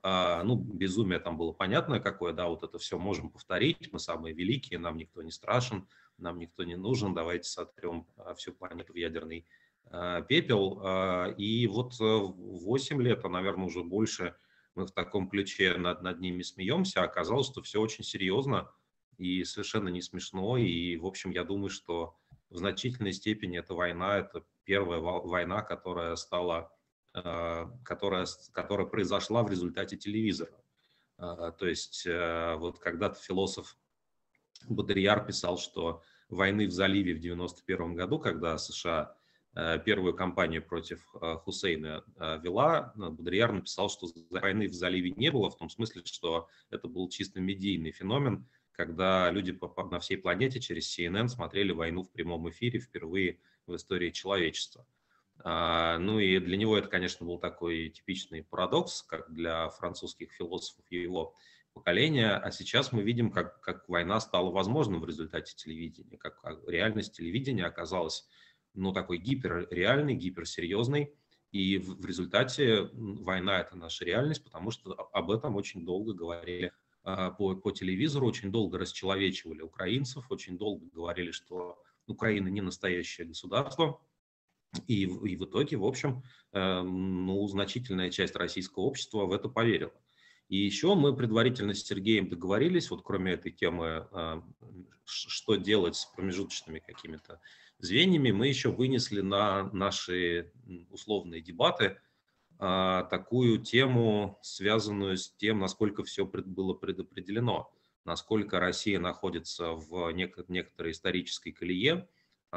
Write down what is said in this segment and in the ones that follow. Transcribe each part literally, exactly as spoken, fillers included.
А, ну, безумие там было понятное какое, да, вот это все можем повторить, мы самые великие, нам никто не страшен, нам никто не нужен, давайте сотрем а, всю планету в ядерный а, пепел. А, и вот восемь лет, а, наверное, уже больше мы в таком ключе над, над ними смеемся, а оказалось, что все очень серьезно и совершенно не смешно. И, в общем, я думаю, что в значительной степени эта война, это первая война, которая стала, э, которая, которая произошла в результате телевизора. Э, То есть э, вот когда-то философ Бодрияр писал, что войны в заливе в девяносто первом году, когда США э, первую кампанию против э, Хусейна э, вела, э, Бодрияр написал, что войны в заливе не было, в том смысле, что это был чисто медийный феномен, когда люди по, по, на всей планете через си эн эн смотрели войну в прямом эфире впервые в истории человечества. А, ну и для него это, конечно, был такой типичный парадокс, как для французских философов его поколения. А сейчас мы видим, как, как война стала возможна в результате телевидения, как реальность телевидения оказалась, ну, такой гиперреальной, гиперсерьезной. И в, в результате война – это наша реальность, потому что об этом очень долго говорили по, по телевизору, очень долго расчеловечивали украинцев, очень долго говорили, что Украина не настоящее государство. И, и в итоге, в общем, э, ну, значительная часть российского общества в это поверила. И еще мы предварительно с Сергеем договорились, вот кроме этой темы, э, что делать с промежуточными какими-то звеньями, мы еще вынесли на наши условные дебаты э, такую тему, связанную с тем, насколько все пред, было предопределено, насколько Россия находится в нек- некоторой исторической колее,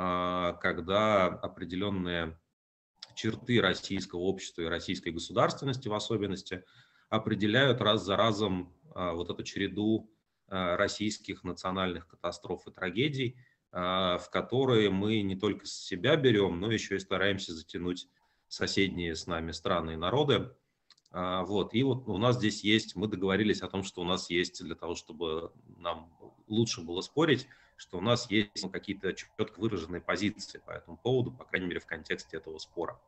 когда определенные черты российского общества и российской государственности в особенности определяют раз за разом вот эту череду российских национальных катастроф и трагедий, в которые мы не только себя берем, но еще и стараемся затянуть соседние с нами страны и народы. Вот. И вот у нас здесь есть, мы договорились о том, что у нас есть, для того, чтобы нам лучше было спорить, что у нас есть ну, какие-то четко выраженные позиции по этому поводу, по крайней мере, в контексте этого спора.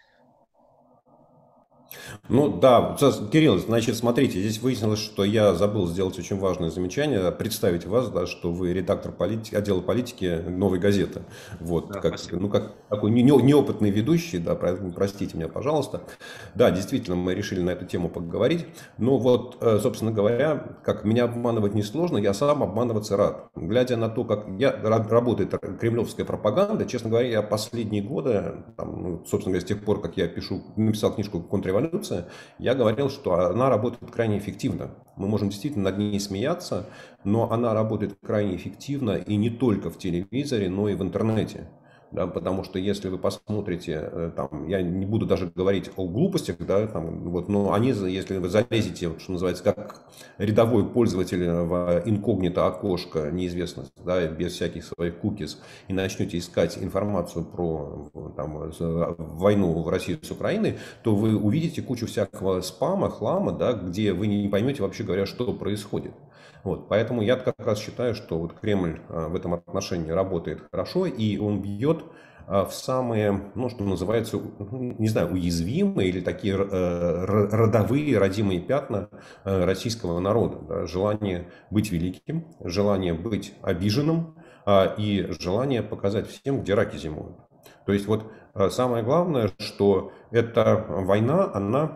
Ну да, Кирилл, значит, смотрите, здесь выяснилось, что я забыл сделать очень важное замечание, представить вас, да, что вы редактор политики, отдела политики «Новой газеты». Вот, Да, как, спасибо. ну, как такой не- неопытный ведущий, да, простите меня, пожалуйста. Да, действительно, мы решили на эту тему поговорить. Но вот, э, собственно говоря, как меня обманывать несложно, я сам обманываться рад. Глядя на то, как я, работает кремлевская пропаганда, честно говоря, я последние годы, там, ну, собственно говоря, с тех пор, как я пишу, написал книжку «Контрреволюция», я говорил, что она работает крайне эффективно. Мы можем действительно над ней смеяться, но она работает крайне эффективно и не только в телевизоре, но и в интернете. Да, потому что если вы посмотрите, там, я не буду даже говорить о глупостях, да, там, вот, но они, если вы залезете, что называется, как рядовой пользователь в инкогнито окошко, неизвестно, да, без всяких своих кукис, и начнете искать информацию про там, войну в России с Украиной, то вы увидите кучу всякого спама, хлама, да, где вы не поймете вообще говоря, что происходит. Вот, поэтому я как раз считаю, что вот Кремль в этом отношении работает хорошо, и он бьет в самые, ну, что называется, не знаю, уязвимые или такие родовые, родимые пятна российского народа. Да, желание быть великим, желание быть обиженным и желание показать всем, где раки зимуют. То есть вот самое главное, что эта война, она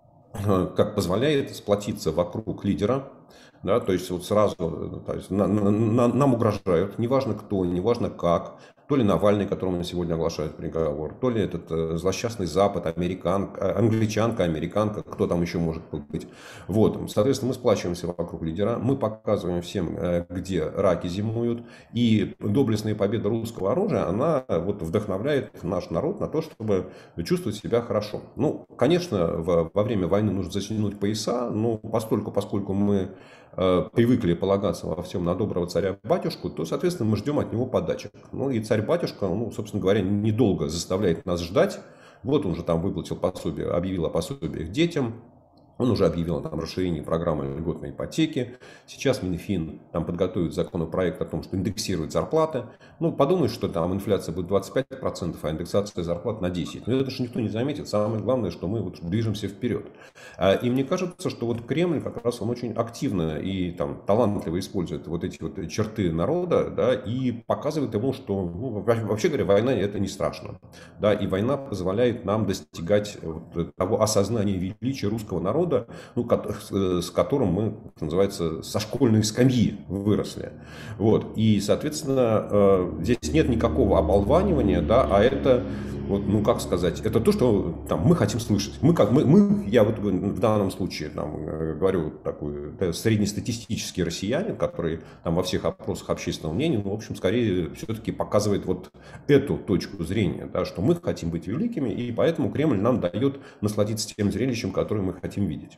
как позволяет сплотиться вокруг лидера. Да, то есть вот сразу то есть, на, на, на, нам угрожают, неважно кто, неважно как, то ли Навальный, которому сегодня оглашают приговор, то ли этот э, злосчастный Запад, американка, англичанка, американка, кто там еще может быть. Вот, соответственно, мы сплачиваемся вокруг лидера, мы показываем всем, э, где раки зимуют, и доблестная победа русского оружия, она вот вдохновляет наш народ на то, чтобы чувствовать себя хорошо. Ну, конечно, в, во время войны нужно затянуть пояса, но постольку, поскольку мы привыкли полагаться во всем на доброго царя-батюшку, то, соответственно, мы ждем от него подачек. Ну и царь-батюшка, ну, собственно говоря, недолго заставляет нас ждать. Вот он же там выплатил пособие, объявил о пособиях детям. Он уже объявил о расширении программы льготной ипотеки. Сейчас Минфин там подготовит законопроект о том, что индексирует зарплаты. Ну, подумают, что там инфляция будет двадцать пять процентов, а индексация зарплат на десять процентов. Но это же никто не заметит. Самое главное, что мы вот движемся вперед. И мне кажется, что вот Кремль как раз он очень активно и там талантливо использует вот эти вот черты народа, да, и показывает ему, что, ну, вообще говоря, война это не страшно. Да, и война позволяет нам достигать вот того осознания величия русского народа, ну, с которым мы, что называется, со школьной скамьи выросли. Вот. И, соответственно, здесь нет никакого оболванивания, да, а это, вот, ну, как сказать, это то, что там, мы хотим слышать. Мы, как, мы, мы, я вот в данном случае там, говорю такой среднестатистический россиянин, который там, во всех опросах общественного мнения, ну, в общем, скорее все-таки показывает вот эту точку зрения, да, что мы хотим быть великими, и поэтому Кремль нам дает насладиться тем зрелищем, которое мы хотим видеть.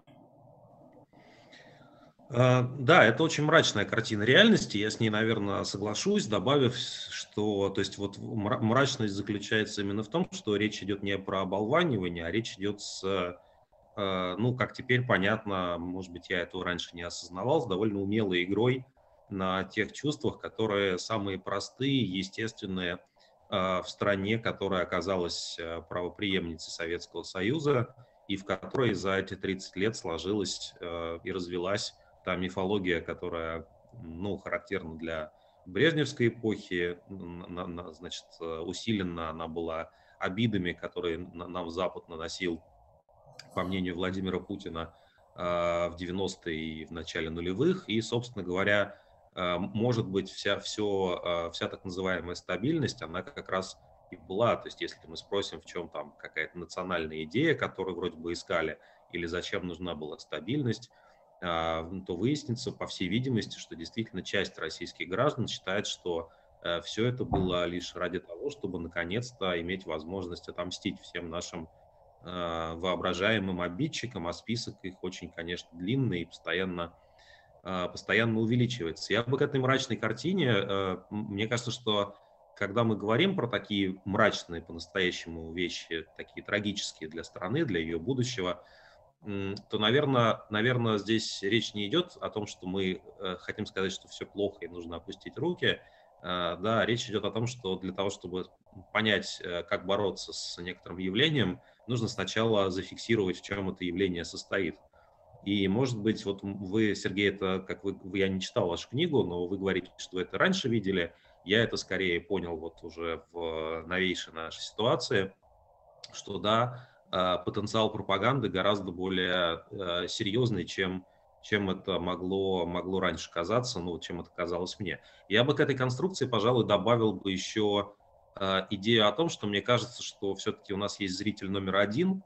Да, это очень мрачная картина реальности, я с ней, наверное, соглашусь, добавив, что, то есть, вот мрачность заключается именно в том, что речь идет не про оболванивание, а речь идет с, ну, как теперь понятно, может быть, я этого раньше не осознавал, с довольно умелой игрой на тех чувствах, которые самые простые, естественные в стране, которая оказалась правопреемницей Советского Союза, и в которой за эти тридцать лет сложилась и развилась та мифология, которая, ну, характерна для брежневской эпохи, значит, усиленно она была обидами, которые нам Запад наносил, по мнению Владимира Путина, в девяностые и в начале нулевых. И, собственно говоря, может быть, вся, все, вся так называемая стабильность, она как раз и была. То есть, если мы спросим, в чем там какая-то национальная идея, которую вроде бы искали, или зачем нужна была стабильность, то выяснится, по всей видимости, что действительно часть российских граждан считает, что все это было лишь ради того, чтобы наконец-то иметь возможность отомстить всем нашим воображаемым обидчикам, а список их очень, конечно, длинный и постоянно, постоянно увеличивается. Я бы к этой мрачной картине, мне кажется, что когда мы говорим про такие мрачные по-настоящему вещи, такие трагические для страны, для ее будущего, то, наверное, наверное, здесь речь не идет о том, что мы хотим сказать, что все плохо и нужно опустить руки. Да, речь идет о том, что для того, чтобы понять, как бороться с некоторым явлением, нужно сначала зафиксировать, в чем это явление состоит. И, может быть, вот вы, Сергей, это, как вы, я не читал вашу книгу, но вы говорите, что вы это раньше видели. Я это скорее понял вот уже в новейшей нашей ситуации, что да, потенциал пропаганды гораздо более серьезный, чем, чем это могло, могло раньше казаться, ну, чем это казалось мне. Я бы к этой конструкции, пожалуй, добавил бы еще идею о том, что мне кажется, что все-таки у нас есть зритель номер один,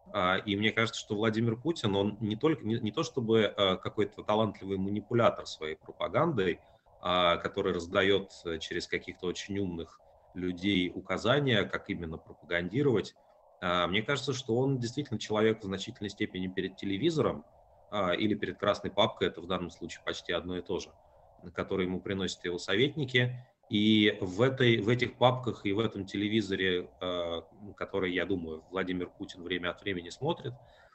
и мне кажется, что Владимир Путин, он не, только, не, не то чтобы какой-то талантливый манипулятор своей пропагандой, который раздает через каких-то очень умных людей указания, как именно пропагандировать. Мне кажется, что он действительно человек в значительной степени перед телевизором или перед красной папкой, это в данном случае почти одно и то же, которые ему приносят его советники. И в, этой, в этих папках и в этом телевизоре, который, я думаю, Владимир Путин время от времени смотрит,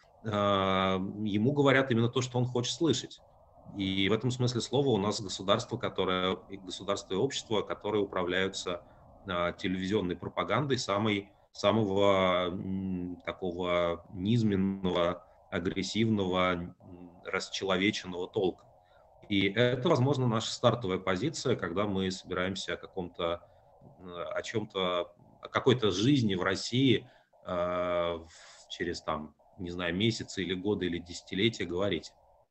ему говорят именно то, что он хочет слышать. И в этом смысле слова у нас государство, которое, государство и общество, которые управляются телевизионной пропагандой самой, самого такого низменного, агрессивного, расчеловеченного толка. И это, возможно, наша стартовая позиция, когда мы собираемся о каком-то, о чем-то, о какой-то жизни в России э, через, там, не знаю, месяцы или годы или десятилетия говорить.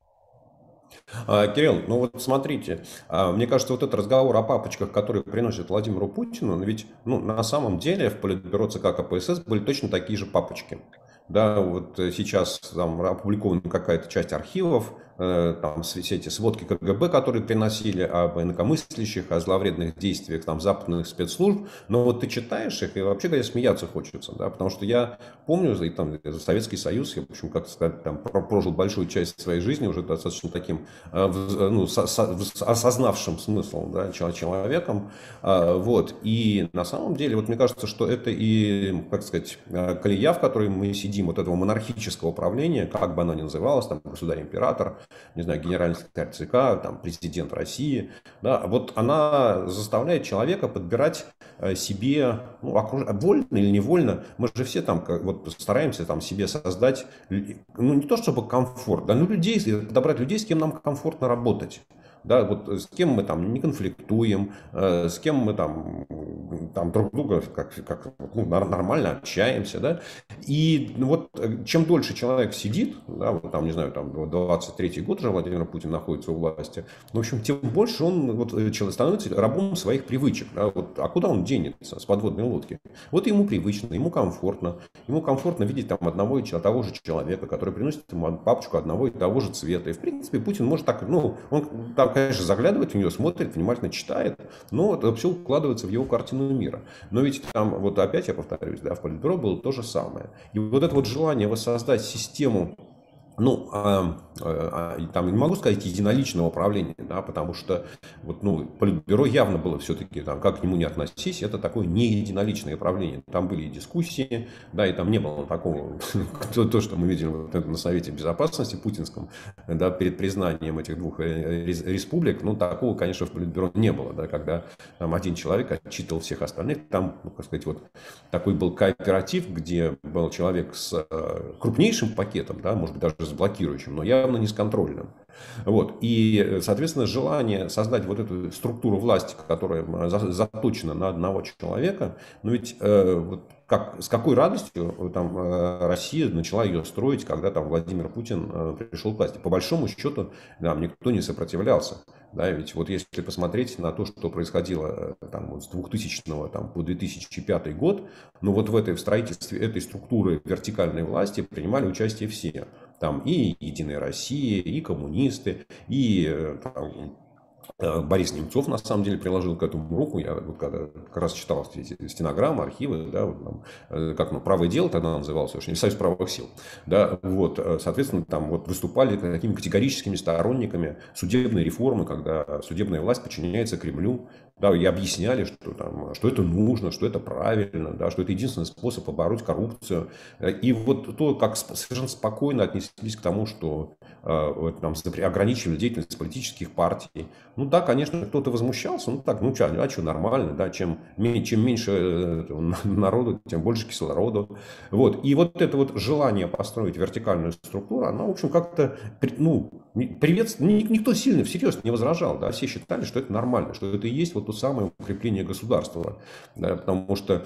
Кирилл, ну вот смотрите, мне кажется, вот этот разговор о папочках, которые приносят Владимиру Путину, ведь ну, на самом деле в Политбюро ЦК КПСС были точно такие же папочки. Да, вот сейчас там опубликована какая-то часть архивов там все эти сводки ка гэ бэ, которые приносили об инакомыслящих, о зловредных действиях там западных спецслужб, но вот ты читаешь их, и вообще, говоря, смеяться хочется, да, потому что я помню, и там, за Советский Союз, я, в общем, как сказать, там, прожил большую часть своей жизни уже достаточно таким, ну, со, со, осознавшим смысл, да, человеком, вот, и на самом деле, вот мне кажется, что это и, как сказать, колея, в которой мы сидим, вот этого монархического управления, как бы оно ни называлось, там, государь-император, не знаю, генеральный секретарь цэ ка, там, президент России, да, вот она заставляет человека подбирать себе, ну, окруж... вольно или невольно, мы же все там вот стараемся там себе создать, ну, не то чтобы комфорт, да, ну, людей, подобрать людей, с кем нам комфортно работать. Да, вот с кем мы там не конфликтуем, э, с кем мы там, там друг друга как, как, ну, нормально общаемся, да, и ну, вот чем дольше человек сидит, да, вот там, не знаю, там двадцать третий год уже Владимир Путин находится у власти, в общем, тем больше он вот, человек становится рабом своих привычек, да, вот, а куда он денется с подводной лодки? Вот ему привычно, ему комфортно, ему комфортно видеть там одного и того же человека, который приносит ему папочку одного и того же цвета, и в принципе Путин может так, ну, он там, конечно, заглядывает в нее, смотрит, внимательно читает, но это все укладывается в его картину мира. Но ведь там, вот опять я повторюсь, да, в Политбюро было то же самое. И вот это вот желание воссоздать систему, ну, а, а, там не могу сказать единоличного управления, да, потому что вот, ну, Политбюро явно было все-таки, там, как к нему не относись, это такое не единоличное управление. Там были и дискуссии, да, и там не было такого, то, что мы видели вот на Совете Безопасности путинском, да, перед признанием этих двух республик, ну, такого, конечно, в Политбюро не было, да, когда там один человек отчитывал всех остальных, там, ну, как сказать, вот такой был кооператив, где был человек с крупнейшим пакетом, да, может быть, даже с блокирующим, но явно не с контрольным. Вот. И, соответственно, желание создать вот эту структуру власти, которая заточена на одного человека, ну ведь э, вот как, с какой радостью там, э, Россия начала ее строить, когда там Владимир Путин э, пришел к власти. По большому счету, нам никто не сопротивлялся. Да, ведь вот если посмотреть на то, что происходило там, вот с двухтысячного там, по две тысячи пятый год, ну вот в этой в строительстве этой структуры вертикальной власти принимали участие все. Там и Единая Россия, и коммунисты, и там, Борис Немцов, на самом деле, приложил к этому руку. Я вот когда как раз читал эти стенограммы, архивы, да, вот там, как ну, «Правое дело» тогда назывался, уж не «Союз правых сил». Да, вот, соответственно, там вот выступали такими категорическими сторонниками судебной реформы, когда судебная власть подчиняется Кремлю. Да, и объясняли, что, там, что это нужно, что это правильно, да, что это единственный способ побороть коррупцию. И вот то, как совершенно спокойно отнеслись к тому, что э, там, ограничивали деятельность политических партий. Ну да, конечно, кто-то возмущался, ну так, ну что, а что, нормально, да, чем, чем меньше народу, тем больше кислорода. Вот. И вот это вот желание построить вертикальную структуру, оно, в общем, как-то, ну, приветственно, никто сильно всерьез не возражал, да, все считали, что это нормально, что это и есть вот то самое укрепление государства, да, потому что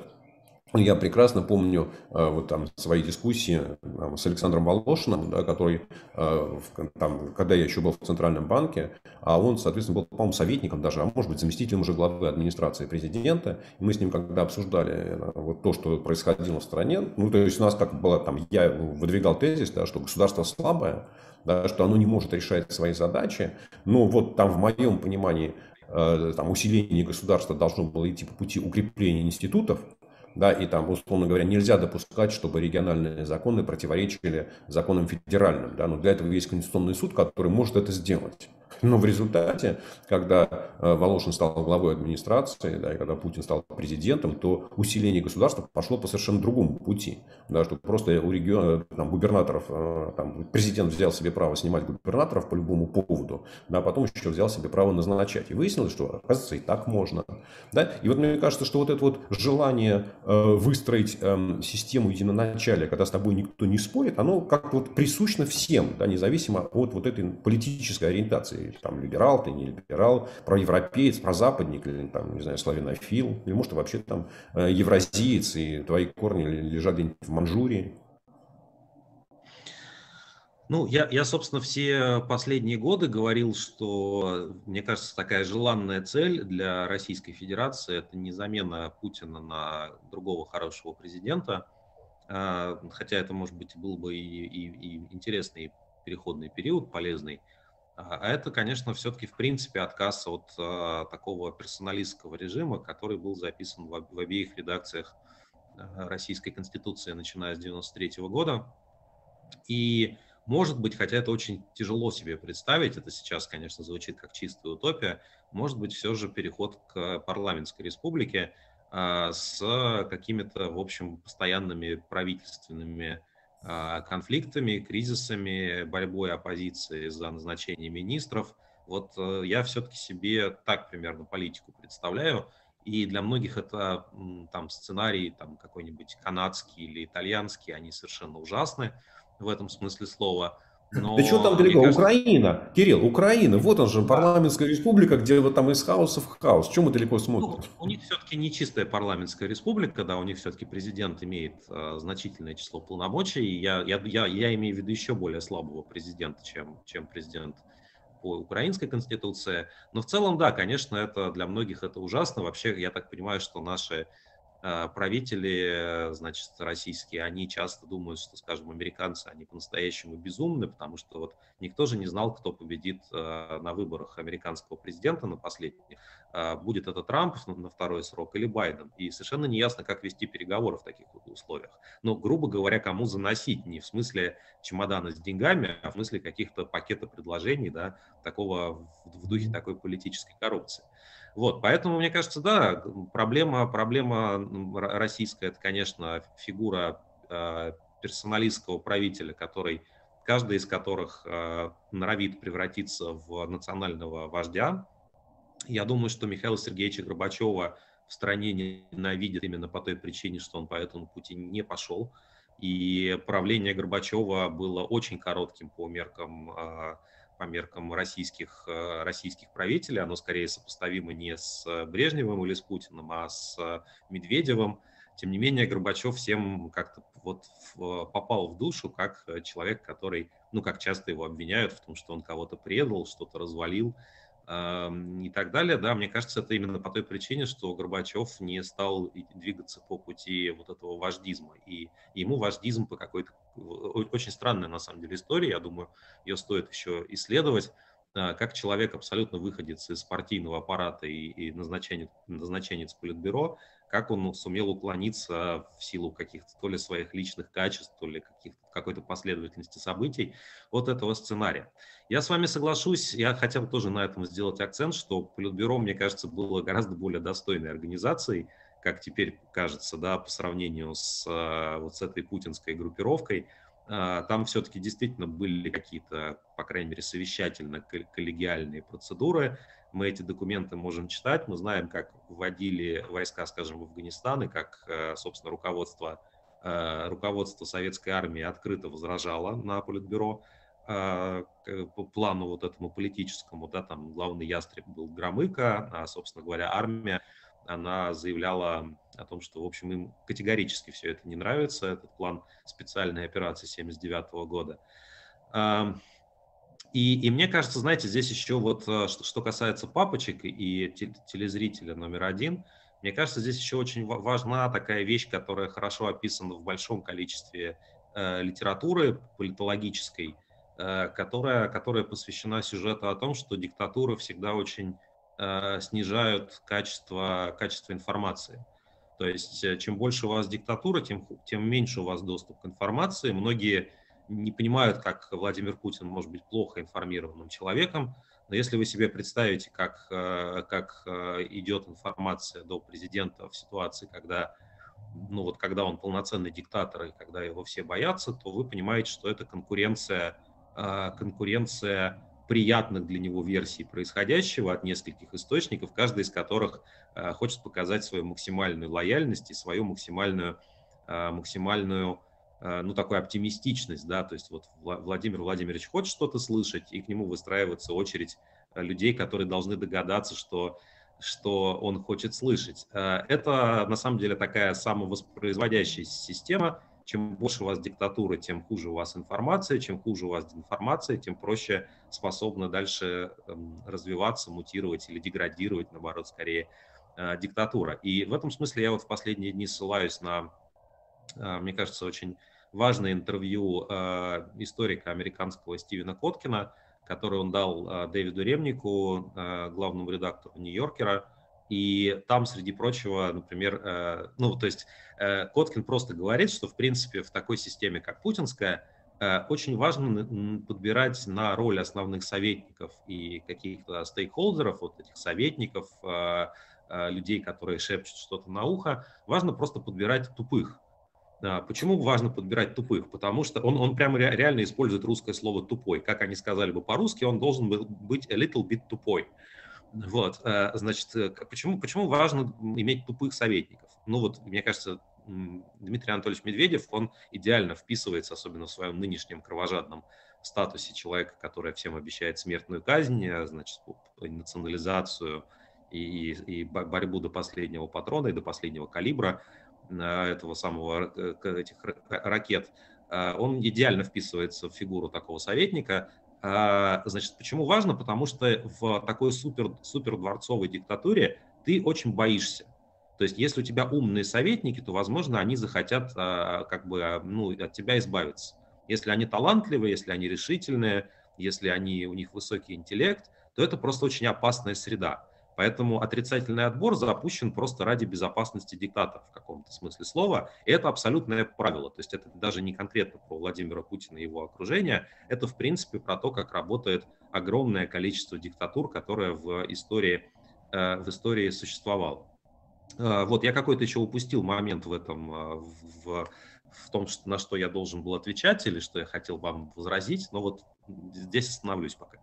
я прекрасно помню э, вот там свои дискуссии там, с Александром Волошиным, да, который, э, там, когда я еще был в Центральном банке, а он, соответственно, был, по-моему, советником даже, а может быть, заместителем уже главы администрации президента. И мы с ним когда обсуждали э, вот то, что происходило в стране, ну, то есть у нас как было там, я выдвигал тезис, да, что государство слабое, да, что оно не может решать свои задачи, но вот там в моем понимании э, там, усиление государства должно было идти по пути укрепления институтов. Да, и там, условно говоря, нельзя допускать, чтобы региональные законы противоречили законам федеральным. Да, но для этого есть Конституционный суд, который может это сделать. Но в результате, когда Волошин стал главой администрации, да, и когда Путин стал президентом, то усиление государства пошло по совершенно другому пути. Да, что просто у региона, там, губернаторов, там, президент взял себе право снимать губернаторов по любому поводу, да, а потом еще взял себе право назначать. И выяснилось, что, оказывается, и так можно. Да? И вот мне кажется, что вот это вот желание э, выстроить э, систему единоначалия, когда с тобой никто не спорит, оно как вот присущно всем, да, независимо от вот этой политической ориентации. Там либерал, ты не либерал, проевропеец, прозападник, или там, не знаю, славянофил, или может вообще там э, евразиец, и твои корни лежат где-нибудь в Манчжурии. Ну, я, я, собственно, все последние годы говорил, что, мне кажется, такая желанная цель для Российской Федерации – это не замена Путина на другого хорошего президента, хотя это, может быть, был бы и, и, и интересный переходный период, полезный. А это, конечно, все-таки в принципе отказ от а, такого персоналистского режима, который был записан в, об- в обеих редакциях а, Российской Конституции, начиная с девяносто третьего года. И, может быть, хотя это очень тяжело себе представить, это сейчас, конечно, звучит как чистая утопия, может быть, все же переход к парламентской республике а, с какими-то, в общем, постоянными правительственными а, конфликтами, кризисами, борьбой оппозиции за назначение министров. Вот э, я все-таки себе так примерно политику представляю. И для многих это м, там сценарий там какой-нибудь канадский или итальянский, они совершенно ужасны в этом смысле слова. Да что там Но мне далеко? кажется, Украина. Кирилл, Украина. Вот он же, да, парламентская республика, где вот там из хаоса в хаос. Чем мы далеко смотрим? ну, у них все-таки не чистая парламентская республика, да, у них все-таки президент имеет э, значительное число полномочий. И Я, я, я, я имею в виду еще более слабого президента, чем, чем президент по украинской конституции. Но в целом, да, конечно, это для многих это ужасно. Вообще, я так понимаю, что наши э, правители, э, значит, российские, они часто думают, что, скажем, американцы, они по-настоящему безумны, потому что вот никто же не знал, кто победит э, на выборах американского президента на последних. Э, будет это Трамп на, на второй срок или Байден. И совершенно не ясно, как вести переговоры в таких вот условиях. Но, грубо говоря, кому заносить, не в смысле чемодана с деньгами, а в смысле каких-то пакета предложений, да, такого в, в духе такой политической коррупции. Вот, поэтому, мне кажется, да, проблема, проблема российская, это, конечно, фигура э, персоналистского правителя, который, каждый из которых э, норовит превратиться в национального вождя. Я думаю, что Михаила Сергеевича Горбачева в стране ненавидят именно по той причине, что он по этому пути не пошел. И правление Горбачева было очень коротким по меркам э, по меркам российских, э, российских правителей. Оно скорее сопоставимо не с Брежневым или с Путиным, а с Медведевым. Тем не менее, Горбачев всем как-то вот в, попал в душу как человек, который, ну, как часто его обвиняют в том, что он кого-то предал, что-то развалил э, и так далее. Да, мне кажется, это именно по той причине, что Горбачев не стал двигаться по пути вот этого вождизма. И ему вождизм по какой-то очень странная на самом деле история, я думаю, ее стоит еще исследовать, как человек абсолютно выходец из партийного аппарата и, и назначенец, назначенец политбюро, как он сумел уклониться в силу каких-то то ли своих личных качеств, то ли каких-то, какой-то последовательности событий от этого сценария. Я с вами соглашусь, я хотел тоже на этом сделать акцент, что Политбюро, мне кажется, было гораздо более достойной организацией, как теперь кажется, да, по сравнению с вот с этой путинской группировкой. Там все-таки действительно были какие-то, по крайней мере, совещательно-коллегиальные процедуры. Мы эти документы можем читать, мы знаем, как вводили войска, скажем, в Афганистан, и как, собственно, руководство, руководство советской армии открыто возражало на Политбюро по плану вот этому политическому, да, там главный ястреб был Громыко, а, собственно говоря, армия, она заявляла о том, что, в общем, им категорически все это не нравится, этот план специальной операции семьдесят девятого года. И, и мне кажется, знаете, здесь еще вот, что, что касается папочек и телезрителя номер один, мне кажется, здесь еще очень важна такая вещь, которая хорошо описана в большом количестве э, литературы политологической, э, которая, которая посвящена сюжету о том, что диктатуры всегда очень э, снижают качество, качество информации. То есть чем больше у вас диктатура, тем, тем меньше у вас доступ к информации. Многие не понимают, как Владимир Путин может быть плохо информированным человеком, но если вы себе представите, как, как идет информация до президента в ситуации, когда, ну вот, когда он полноценный диктатор и когда его все боятся, то вы понимаете, что это конкуренция, конкуренция приятных для него версий происходящего от нескольких источников, каждый из которых хочет показать свою максимальную лояльность и свою максимальную, максимальную ну, такую оптимистичность, да, то есть вот Владимир Владимирович хочет что-то слышать, и к нему выстраивается очередь людей, которые должны догадаться, что, что он хочет слышать. Это, на самом деле, такая самовоспроизводящаяся система. Чем больше у вас диктатуры, тем хуже у вас информация, чем хуже у вас информация, тем проще способна дальше развиваться, мутировать или деградировать, наоборот, скорее, диктатура. И в этом смысле я вот в последние дни ссылаюсь на, мне кажется, очень важное интервью э, историка американского Стивена Коткина, который он дал э, Дэвиду Ремнику, э, главному редактору «Нью-Йоркера». И там, среди прочего, например, э, ну, то есть э, Коткин просто говорит, что, в принципе, в такой системе, как путинская, э, очень важно подбирать на роль основных советников и каких-то стейкхолдеров, вот этих советников, э, э, людей, которые шепчут что-то на ухо, важно просто подбирать тупых. А, Почему важно подбирать тупых? Потому что он, он прямо ре- реально использует русское слово «тупой». Как они сказали бы по-русски, он должен был быть a little bit тупой. Вот, э, значит, э, к- почему, почему важно иметь тупых советников? Ну вот, мне кажется, м, Дмитрий Анатольевич Медведев, он идеально вписывается, особенно в своем нынешнем кровожадном статусе человека, который всем обещает смертную казнь, э, значит, п- национализацию и, и бо- борьбу до последнего патрона и до последнего калибра э, этого самого, э, к- этих ра- ракет. Э, Он идеально вписывается в фигуру такого советника. А, Значит, почему важно? Потому что в такой супер, супер дворцовой диктатуре ты очень боишься. То есть, если у тебя умные советники, то, возможно, они захотят а, как бы, а, ну, от тебя избавиться. Если они талантливые, если они решительные, если они, у них высокий интеллект, то это просто очень опасная среда. Поэтому отрицательный отбор запущен просто ради безопасности диктатора в каком-то смысле слова. И это абсолютное правило. То есть это даже не конкретно про Владимира Путина и его окружение. Это, в принципе, про то, как работает огромное количество диктатур, которое в истории, э, в истории существовало. Э, Вот я какой-то еще упустил момент в этом, э, в, в том, что, на что я должен был отвечать или что я хотел вам возразить. Но вот здесь остановлюсь пока.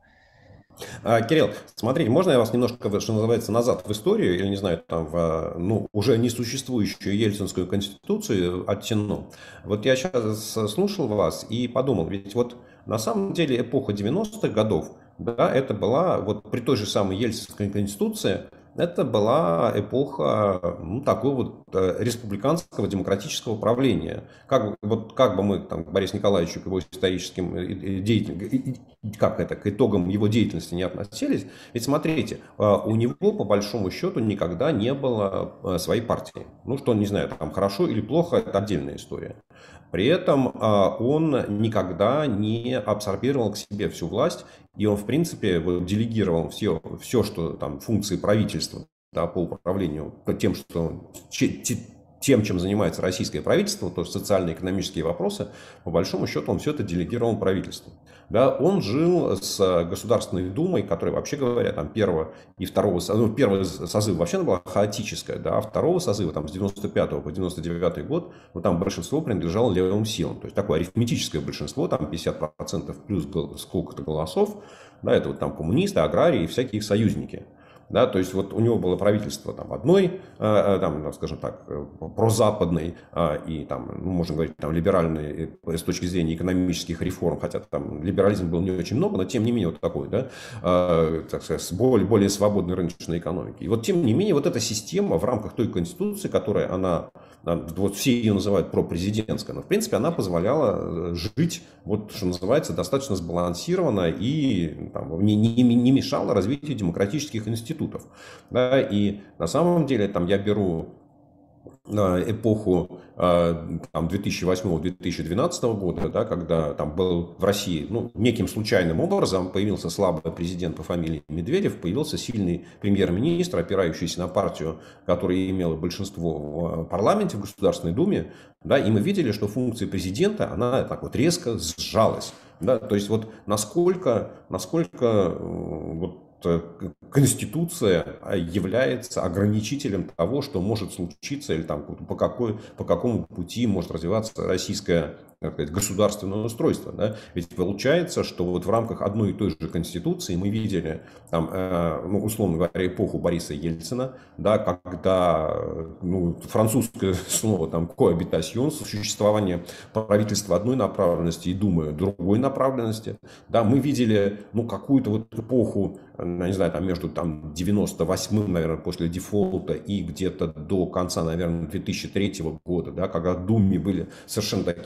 А, Кирилл, смотрите, можно я вас немножко, вот, что называется, назад в историю, или, не знаю, там, в, ну, уже несуществующую Ельцинскую конституцию оттяну? Вот я сейчас слушал вас и подумал, ведь вот на самом деле эпоха девяностых годов, да, это была, вот при той же самой Ельцинской конституции, это была эпоха, ну, такой вот э, республиканского демократического правления. Как, вот, как бы мы там, к Борису Николаевичу, к его историческим э, э, деятель- как это, к итогам его деятельности не относились, ведь смотрите, э, у него по большому счету никогда не было э, своей партии. Ну, что, не знаю, там хорошо или плохо, это отдельная история. При этом а, он никогда не абсорбировал к себе всю власть, и он, в принципе, вот делегировал все, все, что там функции правительства, да, по управлению тем, что, тем, чем занимается российское правительство, то есть социально-экономические вопросы, по большому счету он все это делегировал правительству. Да, он жил с Государственной Думой, которая, вообще говоря, там первого и второго, ну, первый созыв вообще была хаотическая, да, а второго созыва, там, с девяносто пятого по девяносто девятый год, ну, там большинство принадлежало левым силам, то есть такое арифметическое большинство, там пятьдесят процентов плюс сколько-то голосов, да, это вот там коммунисты, аграрии и всякие их союзники. Да, то есть вот у него было правительство там, одной, там, скажем так, прозападной и, там, ну, можно говорить, там, либеральной с точки зрения экономических реформ, хотя там либерализм был не очень много, но тем не менее вот такой, да, так сказать, более, более свободной рыночной экономики. И вот тем не менее вот эта система в рамках той конституции, которая она, вот все ее называют пропрезидентской, но в принципе она позволяла жить, вот что называется, достаточно сбалансированно и там, не, не, не мешала развитию демократических институтов. Да, и на самом деле там я беру эпоху там, две тысячи восьмого — две тысячи двенадцатого года, да, когда там был в России, ну, неким случайным образом появился слабый президент по фамилии Медведев, появился сильный премьер-министр, опирающийся на партию, которая имела большинство в парламенте, в Государственной Думе, да, и мы видели, что функция президента, она так вот резко сжалась. Да, то есть вот насколько, насколько вот, Конституция является ограничителем того, что может случиться, или там, по, какой, по какому пути может развиваться российское, так сказать, государственное устройство. Да? Ведь получается, что вот в рамках одной и той же Конституции мы видели, там, э, ну, условно говоря, эпоху Бориса Ельцина, да, когда ну, французское слово там, коабитасьон, существование правительства одной направленности и Думы другой направленности. Да, мы видели ну, какую-то вот эпоху, не знаю, там между там, девяносто восьмым, наверное, после дефолта и где-то до конца, наверное, две тысячи третьего года, да, когда в Думе были совершенно такие вот разно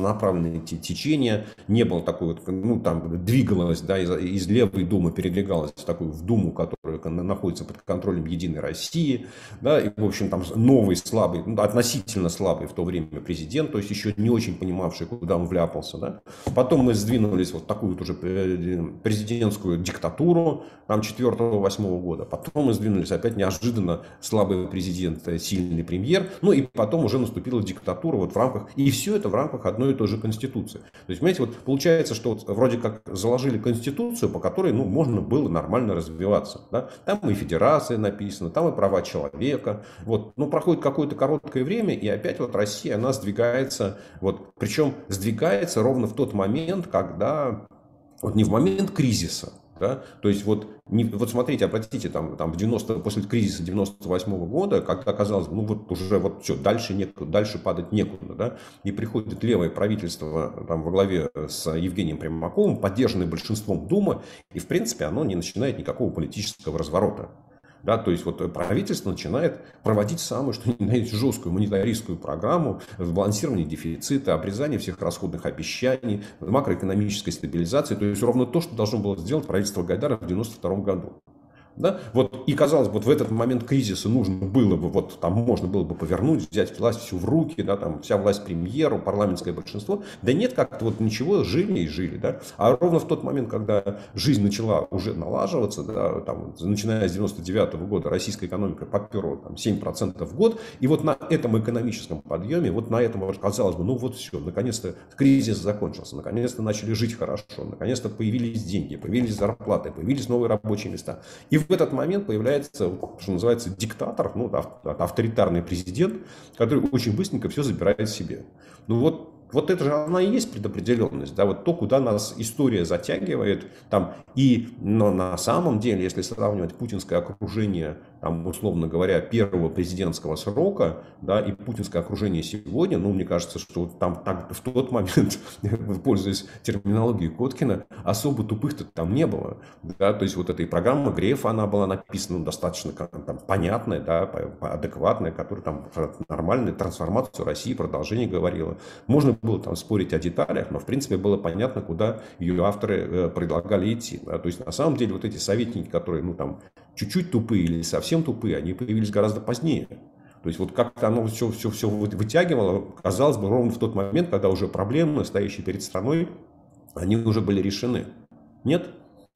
разнонаправленные течения, не было такой вот, ну, там, двигалось, да, из, из левой думы передвигалось в такую, в думу, которая находится под контролем Единой России, да, и, в общем, там новый, слабый, ну, относительно слабый в то время президент, то есть еще не очень понимавший, куда он вляпался, да. Потом мы сдвинулись вот в такую вот уже президентскую диктатуру, там, четвёртого-восьмого года, потом мы сдвинулись опять неожиданно слабый президент, сильный премьер, ну, и потом уже наступила диктатура вот в рамках, и все это в рамках одной и той же Конституции. То есть, понимаете, вот получается, что вот вроде как заложили Конституцию, по которой, ну, можно было нормально развиваться, да? Там и федерация написана, там и права человека, вот, ну, проходит какое-то короткое время, и опять вот Россия, она сдвигается, вот, причем сдвигается ровно в тот момент, когда, вот не в момент кризиса, да? То есть вот, не, вот смотрите, обратите, там, там в девяносто, после кризиса девяносто восьмого года, когда оказалось, ну вот уже вот все, дальше, некуда, дальше падать некуда, да? И приходит левое правительство там, во главе с Евгением Примаковым, поддержанное большинством Думы, и в принципе оно не начинает никакого политического разворота. Да, то есть вот правительство начинает проводить самую, что ни на есть, жесткую монетаристскую программу балансирования дефицита, обрезания всех расходных обещаний, макроэкономической стабилизации. То есть ровно то, что должно было сделать правительство Гайдара в девяносто втором году. Да? Вот, и казалось бы, вот в этот момент кризиса нужно было бы, вот там можно было бы повернуть, взять власть всю в руки, да, там вся власть премьеру, парламентское большинство. Да нет, как-то вот ничего, жили и жили. Да? А ровно в тот момент, когда жизнь начала уже налаживаться, да, там, начиная с девяносто девятого года, российская экономика подперла там, семь процентов в год, и вот на этом экономическом подъеме, вот на этом, казалось бы, ну вот все, наконец-то кризис закончился, наконец-то начали жить хорошо, наконец-то появились деньги, появились зарплаты, появились новые рабочие места. И в этот момент появляется, что называется, диктатор, ну, авторитарный президент, который очень быстренько все забирает себе. Ну вот, вот это же она и есть предопределенность, да, вот то, куда нас история затягивает, там, и, но на самом деле, если сравнивать путинское окружение, там, условно говоря, первого президентского срока, да, и путинское окружение сегодня, ну, мне кажется, что там, там в тот момент, пользуясь терминологией Коткина, особо тупых-то там не было, да, то есть вот эта и программа Грефа, она была написана достаточно там, понятная, да, адекватная, которая там нормальную трансформацию России, продолжение говорила. Можно было там спорить о деталях, но в принципе было понятно, куда ее авторы предлагали идти. Да? То есть на самом деле вот эти советники, которые ну там чуть-чуть тупые или совсем тупые, они появились гораздо позднее. То есть вот как-то оно все, все, все вытягивало, казалось бы, ровно в тот момент, когда уже проблемы, стоящие перед страной, они уже были решены. Нет?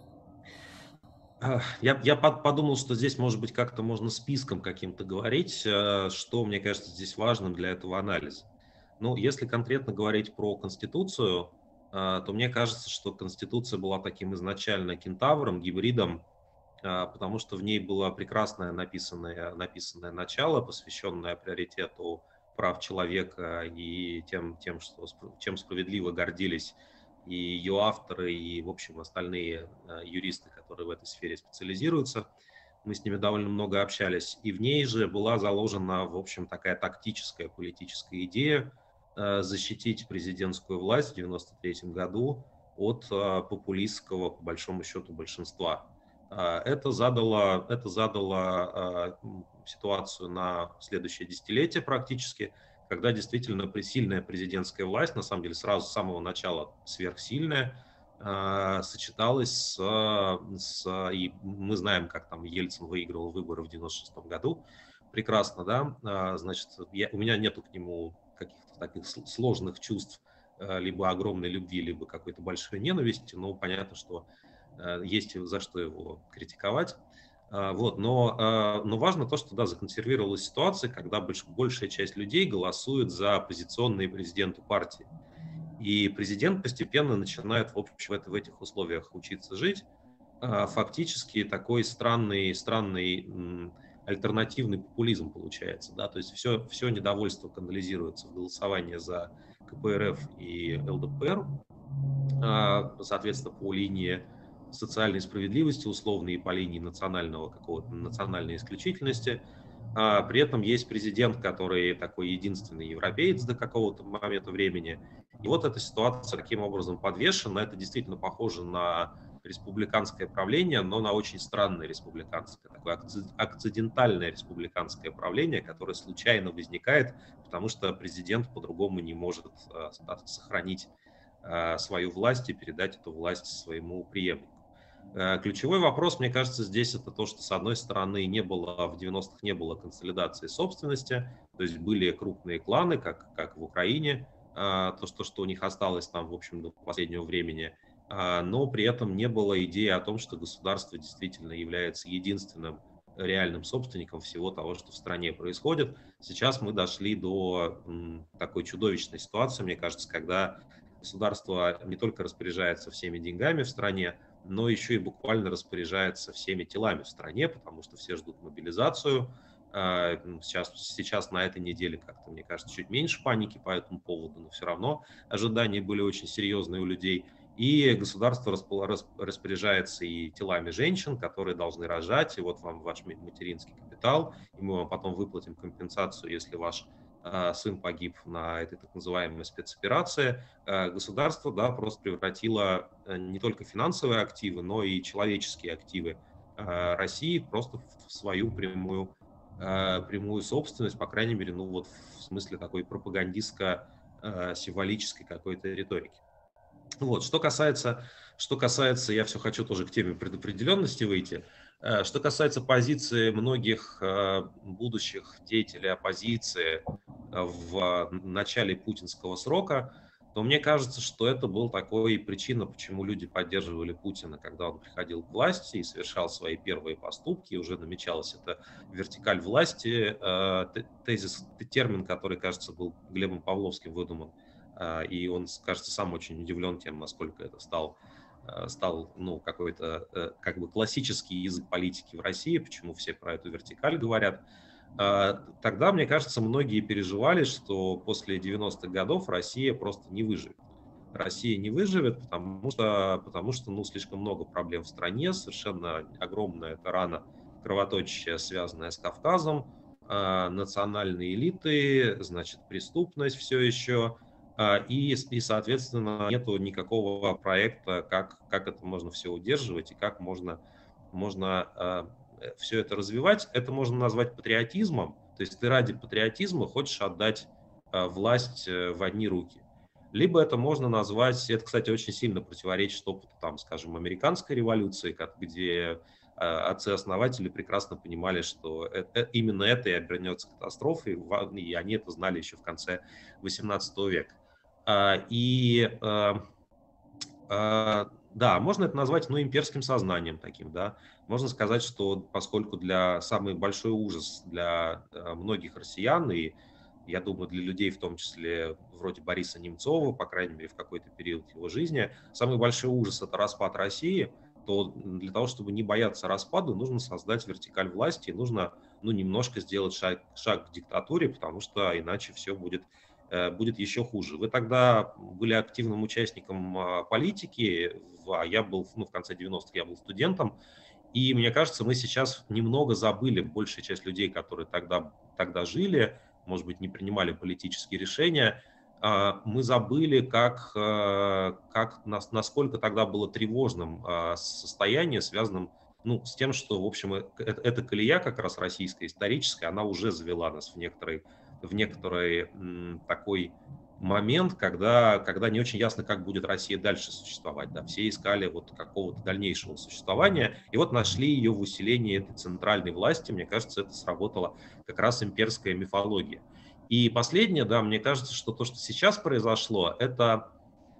Я, я подумал, что здесь, может быть, как-то можно списком каким-то говорить, что, мне кажется, здесь важным для этого анализа. Ну, если конкретно говорить про Конституцию, то мне кажется, что Конституция была таким изначально кентавром, гибридом, потому что в ней было прекрасное написанное, написанное начало, посвященное приоритету прав человека и тем, тем что, чем справедливо гордились и ее авторы, и, в общем, остальные юристы, которые в этой сфере специализируются. Мы с ними довольно много общались. И в ней же была заложена, в общем, такая тактическая политическая идея защитить президентскую власть в девяносто третьем году от популистского, по большому счету, большинства. Это задало, это задало ситуацию на следующее десятилетие практически, когда действительно сильная президентская власть, на самом деле сразу с самого начала сверхсильная, сочеталась с, с... И мы знаем, как там Ельцин выигрывал выборы в девяносто шестом году. Прекрасно, да? Значит, я, у меня нету к нему каких-то таких сложных чувств, либо огромной любви, либо какой-то большой ненависти, но понятно, что есть за что его критиковать. Вот, но, но важно то, что да, законсервировалась ситуация, когда больш, большая часть людей голосует за оппозиционные президенты партии. И президент постепенно начинает в, общем, в этих условиях учиться жить. Фактически такой странный, странный альтернативный популизм получается. Да? То есть все, все недовольство канализируется в голосование за ка пэ эр эф и эл дэ пэ эр, соответственно, по линии социальной справедливости условной и по линии национального какого-то национальной исключительности. А при этом есть президент, который такой единственный европеец до какого-то момента времени. И вот эта ситуация таким образом подвешена. Это действительно похоже на республиканское правление, но на очень странное республиканское, такое акцидентальное республиканское правление, которое случайно возникает, потому что президент по-другому не может сохранить свою власть и передать эту власть своему преемнику. Ключевой вопрос, мне кажется, здесь это то, что, с одной стороны, не было, в девяностых не было консолидации собственности, то есть были крупные кланы, как, как в Украине, то, что, что у них осталось там, в общем, до последнего времени, но при этом не было идеи о том, что государство действительно является единственным реальным собственником всего того, что в стране происходит. Сейчас мы дошли до такой чудовищной ситуации, мне кажется, когда государство не только распоряжается всеми деньгами в стране, но еще и буквально распоряжается всеми телами в стране, потому что все ждут мобилизацию. Сейчас, сейчас на этой неделе как-то, мне кажется, чуть меньше паники по этому поводу, но все равно ожидания были очень серьезные у людей. И государство распоряжается и телами женщин, которые должны рожать, и вот вам ваш материнский капитал, и мы вам потом выплатим компенсацию, если ваш сын погиб на этой так называемой спецоперации. Государство, да, просто превратило не только финансовые активы, но и человеческие активы России просто в свою прямую, прямую собственность, по крайней мере, ну вот в смысле такой пропагандистско-символической какой-то риторики. Вот, что касается, что касается, я все хочу тоже к теме предопределенности выйти. Что касается позиции многих будущих деятелей оппозиции в начале путинского срока, то мне кажется, что это был такой причина, почему люди поддерживали Путина, когда он приходил к власти и совершал свои первые поступки, и уже намечалась эта вертикаль власти, тезис, термин, который, кажется, был Глебом Павловским выдуман, и он, кажется, сам очень удивлен тем, насколько это стал стал ну, какой-то как бы классический язык политики в России, почему все про эту вертикаль говорят. Тогда, мне кажется, многие переживали, что после девяностых годов Россия просто не выживет. Россия не выживет, потому что, потому что ну, слишком много проблем в стране, совершенно огромная эта рана кровоточащая, связанная с Кавказом, национальные элиты, значит, преступность все еще. И, и, соответственно, нету никакого проекта, как, как это можно все удерживать и как можно, можно э, все это развивать. Это можно назвать патриотизмом. То есть ты ради патриотизма хочешь отдать э, власть э, в одни руки. Либо это можно назвать, это, кстати, очень сильно противоречит опыту, там, скажем, американской революции, как, где э, отцы-основатели прекрасно понимали, что это, именно это и обернется катастрофой, и они это знали еще в конце восемнадцатого века. И да, можно это назвать, ну, имперским сознанием таким, да. Можно сказать, что поскольку для самый большой ужас для многих россиян, и, я думаю, для людей, в том числе вроде Бориса Немцова, по крайней мере, в какой-то период его жизни, самый большой ужас – это распад России, то для того, чтобы не бояться распада, нужно создать вертикаль власти, нужно, ну, немножко сделать шаг, шаг к диктатуре, потому что иначе все будет будет еще хуже. Вы тогда были активным участником политики, а я был, ну, в конце девяностых я был студентом, и мне кажется, мы сейчас немного забыли, большая часть людей, которые тогда, тогда жили, может быть, не принимали политические решения, мы забыли, как, как, насколько тогда было тревожным состояние, связанным, ну, с тем, что, в общем, эта колея как раз российская, историческая, она уже завела нас в некоторые в некоторый м, такой момент, когда, когда не очень ясно, как будет Россия дальше существовать. Да. Все искали вот какого-то дальнейшего существования, и вот нашли ее в усилении этой центральной власти. Мне кажется, это сработала как раз имперская мифология. И последнее, да, мне кажется, что то, что сейчас произошло, это,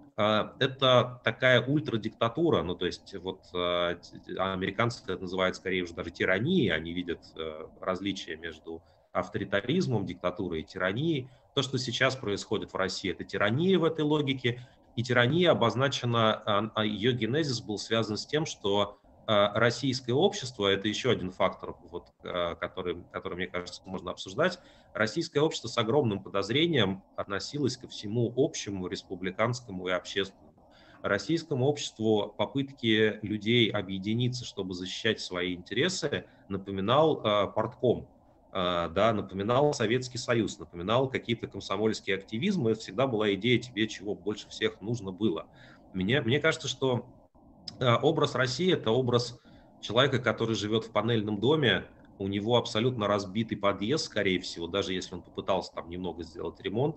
это такая ультрадиктатура, ну, то есть вот американцы это называют скорее уже даже тиранией, они видят различия между авторитаризмом, диктатурой и тиранией. То, что сейчас происходит в России, это тирания в этой логике. И тирания обозначена, ее генезис был связан с тем, что российское общество, это еще один фактор, вот, который, который, мне кажется, можно обсуждать, российское общество с огромным подозрением относилось ко всему общему, республиканскому и общественному. Российскому обществу попытки людей объединиться, чтобы защищать свои интересы, напоминал партком. Да, напоминал Советский Союз, напоминал какие-то комсомольские активизмы. Это всегда была идея тебе, чего больше всех нужно было. Мне, мне кажется, что Образ России – это образ человека, который живет в панельном доме, у него абсолютно разбитый подъезд, скорее всего, даже если он попытался там немного сделать ремонт.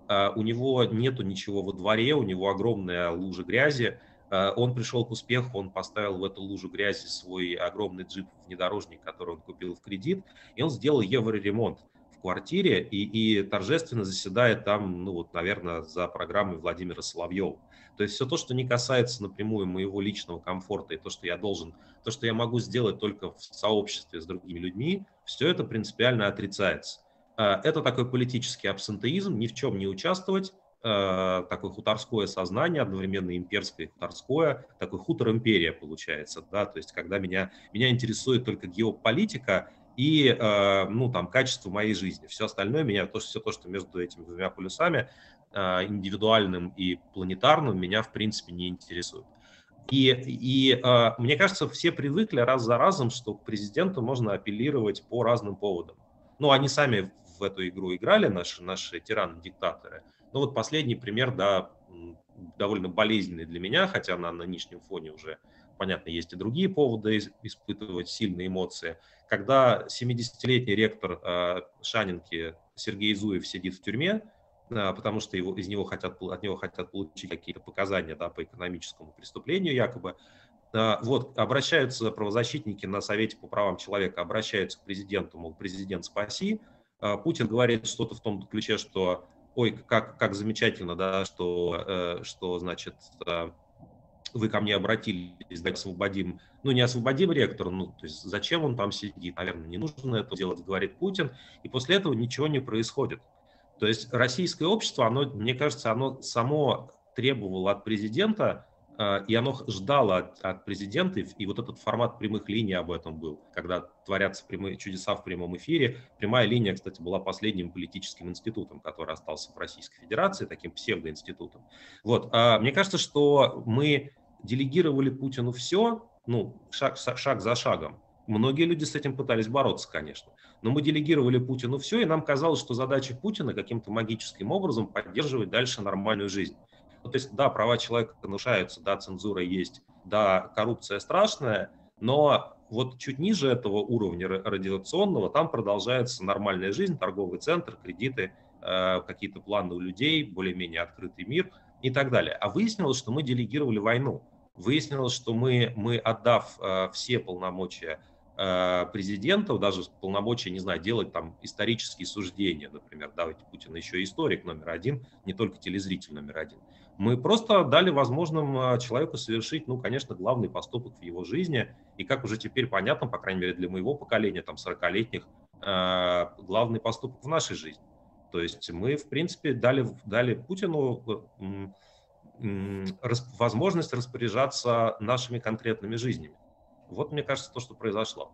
У него нету ничего во дворе, у него огромная лужа грязи. Он пришел к успеху, он поставил в эту лужу грязи свой огромный джип-внедорожник, который он купил в кредит, и он сделал евроремонт в квартире и, и торжественно заседает там, ну вот, наверное, за программой Владимира Соловьева. То есть все то, что не касается напрямую моего личного комфорта и то, что я должен, то, что я могу сделать только в сообществе с другими людьми, все это принципиально отрицается. Это такой политический абсентеизм, ни в чем не участвовать, такое хуторское сознание, одновременно имперское и хуторское, такой хутор-империя получается, да, то есть когда меня, меня интересует только геополитика и, ну, там, качество моей жизни. Все остальное меня, то, все то, что между этими двумя полюсами, индивидуальным и планетарным, меня, в принципе, не интересует. И, и мне кажется, все привыкли раз за разом, что к президенту можно апеллировать по разным поводам. Ну, они сами в эту игру играли, наши, наши тираны-диктаторы. Ну, вот последний пример, да, довольно болезненный для меня, хотя на нынешнем фоне уже, понятно, есть и другие поводы испытывать сильные эмоции. Когда семидесятилетний ректор э, Шанинки Сергей Зуев сидит в тюрьме, э, потому что его, из него хотят, от него хотят получить какие-то показания, да, по экономическому преступлению якобы, э, вот, обращаются правозащитники на Совете по правам человека, обращаются к президенту, мол, президент, спаси. Э, Путин говорит что-то в том ключе, что ой, как, как замечательно, да, что, э, что значит, э, вы ко мне обратились, да, освободим, ну, не освободим ректора, ну, то есть зачем он там сидит, наверное, не нужно это делать, говорит Путин, и после этого ничего не происходит. То есть российское общество, оно, мне кажется, оно само требовало от президента, и оно ждало от, от президента, и вот этот формат прямых линий об этом был, когда творятся прямые чудеса в прямом эфире. Прямая линия, кстати, была последним политическим институтом, который остался в Российской Федерации, таким псевдоинститутом. Вот. Мне кажется, что мы делегировали Путину все, ну, шаг, шаг за шагом. Многие люди с этим пытались бороться, конечно. Но мы делегировали Путину все, и нам казалось, что задача Путина каким-то магическим образом поддерживать дальше нормальную жизнь. Ну, то есть, да, права человека нарушаются, да, цензура есть, да, коррупция страшная, но вот чуть ниже этого уровня радиационного там продолжается нормальная жизнь, торговый центр, кредиты, э, какие-то планы у людей, более-менее открытый мир и так далее. А выяснилось, что мы делегировали войну. Выяснилось, что мы, мы отдав э, все полномочия э, президента, даже полномочия, не знаю, делать там исторические суждения, например, да, ведь Путин еще историк номер один, не только телезритель номер один. Мы просто дали возможным человеку совершить, ну, конечно, главный поступок в его жизни. И как уже теперь понятно, по крайней мере, для моего поколения, там, сорокалетних, э, главный поступок в нашей жизни. То есть мы, в принципе, дали, дали Путину м, м, рас, возможность распоряжаться нашими конкретными жизнями. Вот, мне кажется, то, что произошло.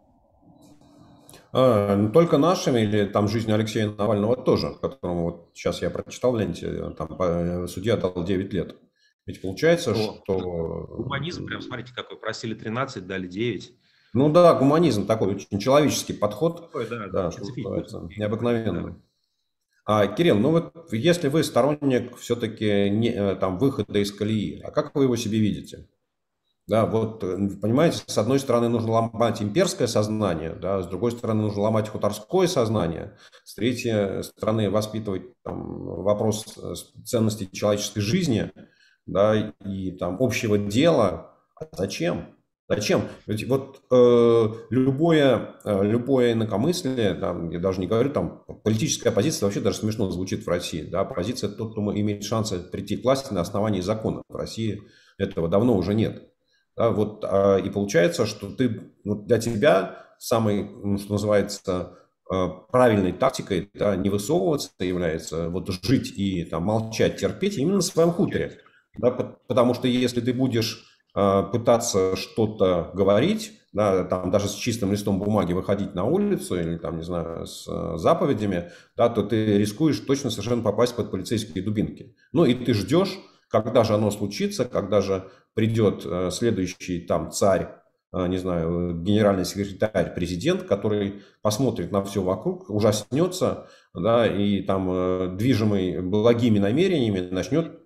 Только нашими или там жизнь Алексея Навального тоже, которому вот сейчас я прочитал в ленте, там судья дал девять лет. Ведь получается, О, что... Гуманизм, прям смотрите какой, просили тринадцать, дали девять. Ну да, гуманизм такой очень человеческий подход, такой, да, да, что называется, необыкновенный. Да. А, Кирилл, ну вот если вы сторонник все-таки не, там, выхода из колеи, а как вы его себе видите? Да, вот, понимаете, с одной стороны нужно ломать имперское сознание, да, с другой стороны нужно ломать хуторское сознание, с третьей стороны воспитывать там, вопрос ценности человеческой жизни, да, и там общего дела. А зачем? Зачем? Ведь вот э, любое, э, любое инакомыслие, там, я даже не говорю, там, политическая оппозиция вообще даже смешно звучит в России. Да? Оппозиция – тот, кто имеет шансы прийти к власти на основании закона. В России этого давно уже нет. Да, вот, а, и получается, что ты, вот для тебя самой, что называется, правильной тактикой, да, не высовываться является вот жить и там, молчать, терпеть именно на своем хуторе. Да, потому что если ты будешь а, пытаться что-то говорить, да, там, даже с чистым листом бумаги выходить на улицу или там, не знаю, с а, заповедями, да, то ты рискуешь точно совершенно попасть под полицейские дубинки. Ну и ты ждешь, когда же оно случится, когда же придет следующий там царь, не знаю, генеральный секретарь, президент, который посмотрит на все вокруг, ужаснется, да, и там, движимый благими намерениями, начнет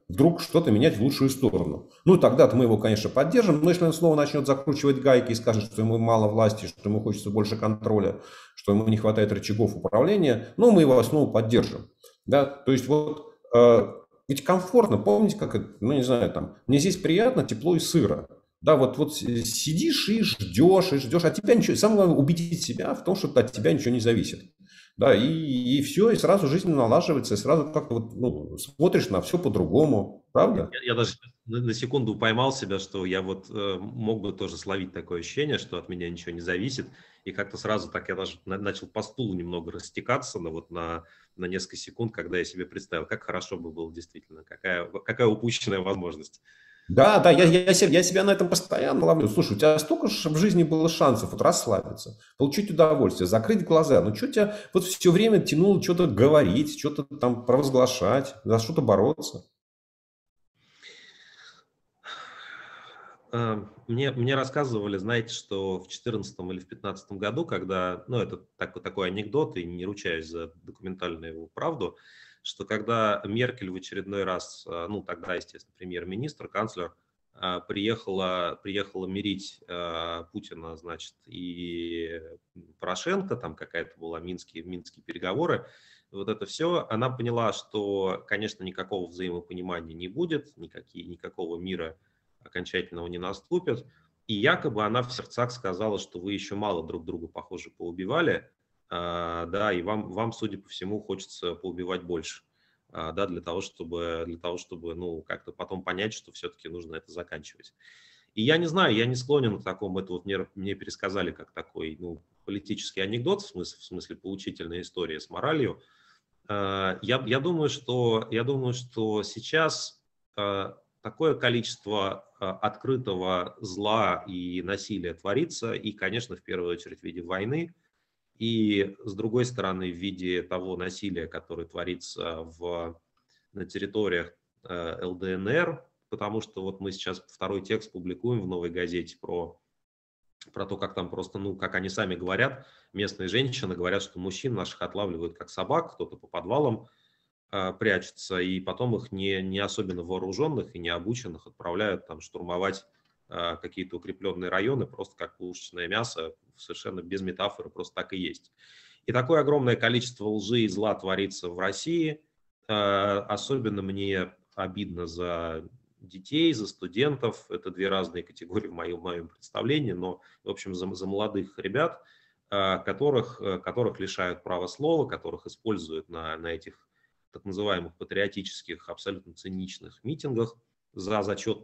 вдруг что-то менять в лучшую сторону. Ну, тогда-то мы его, конечно, поддержим, но если он снова начнет закручивать гайки и скажет, что ему мало власти, что ему хочется больше контроля, что ему не хватает рычагов управления, ну, мы его снова поддержим. Да? То есть вот э, ведь комфортно, помните, как это, ну, не знаю, там, мне здесь приятно, тепло и сыро. Да, вот, вот сидишь и ждешь, и ждешь, от тебя ничего, самое главное убедить себя в том, что от тебя ничего не зависит. Да, и, и все, и сразу жизнь налаживается, и сразу как-то вот, ну, смотришь на все по-другому, правда? Я, я даже на, на секунду поймал себя, что я вот э, мог бы тоже словить такое ощущение, что от меня ничего не зависит, и как-то сразу так я даже на, начал по стулу немного растекаться, но вот на, на несколько секунд, когда я себе представил, как хорошо бы было действительно, какая, какая упущенная возможность. Да, да, я, я, себя, я себя на этом постоянно ловлю. Слушай, у тебя столько ж в жизни было шансов вот расслабиться, получить удовольствие, закрыть глаза. Ну, что тебя вот все время тянуло что-то говорить, что-то там провозглашать, за что-то бороться? Э, Мне, мне рассказывали, знаете, что в четырнадцатом или в пятнадцатом году, когда, ну, это так, такой анекдот, и не ручаюсь за документальную его правду, что когда Меркель в очередной раз, э, ну, тогда, естественно, премьер-министр, канцлер, э, приехала, приехала мирить э, Путина, значит, и Порошенко, там какая-то была минские, минские переговоры, вот это все, она поняла, что, конечно, никакого взаимопонимания не будет, никакие, никакого мира окончательного не наступит. И якобы она в сердцах сказала, что вы еще мало друг друга, похоже, поубивали, а, да, и вам, вам, судя по всему, хочется поубивать больше, а, да, для того, чтобы, для того, чтобы, ну, как-то потом понять, что все-таки нужно это заканчивать. И я не знаю, я не склонен к такому, это вот мне, мне пересказали как такой, ну, политический анекдот, в смысле, в смысле поучительная история с моралью. А, Я, я думаю, что, я думаю, что сейчас а, такое количество а, открытого зла и насилия творится, и, конечно, в первую очередь в виде войны, и, с другой стороны, в виде того насилия, которое творится в, на территориях э, эл дэ эн эр, потому что вот мы сейчас второй текст публикуем в «Новой газете» про про то, как там просто, ну, как они сами говорят, местные женщины говорят, что мужчин наших отлавливают как собак, кто-то по подвалам э, прячется, и потом их не, не особенно вооруженных и не обученных отправляют там штурмовать э, какие-то укрепленные районы, просто как пушечное мясо, совершенно без метафоры, просто так и есть. И такое огромное количество лжи и зла творится в России. Э, особенно мне обидно за детей, за студентов. Это две разные категории в моем, в моем представлении, но, в общем, за, за молодых ребят, э, которых, э, которых лишают права слова, которых используют на, на этих так называемых патриотических, абсолютно циничных митингах за зачет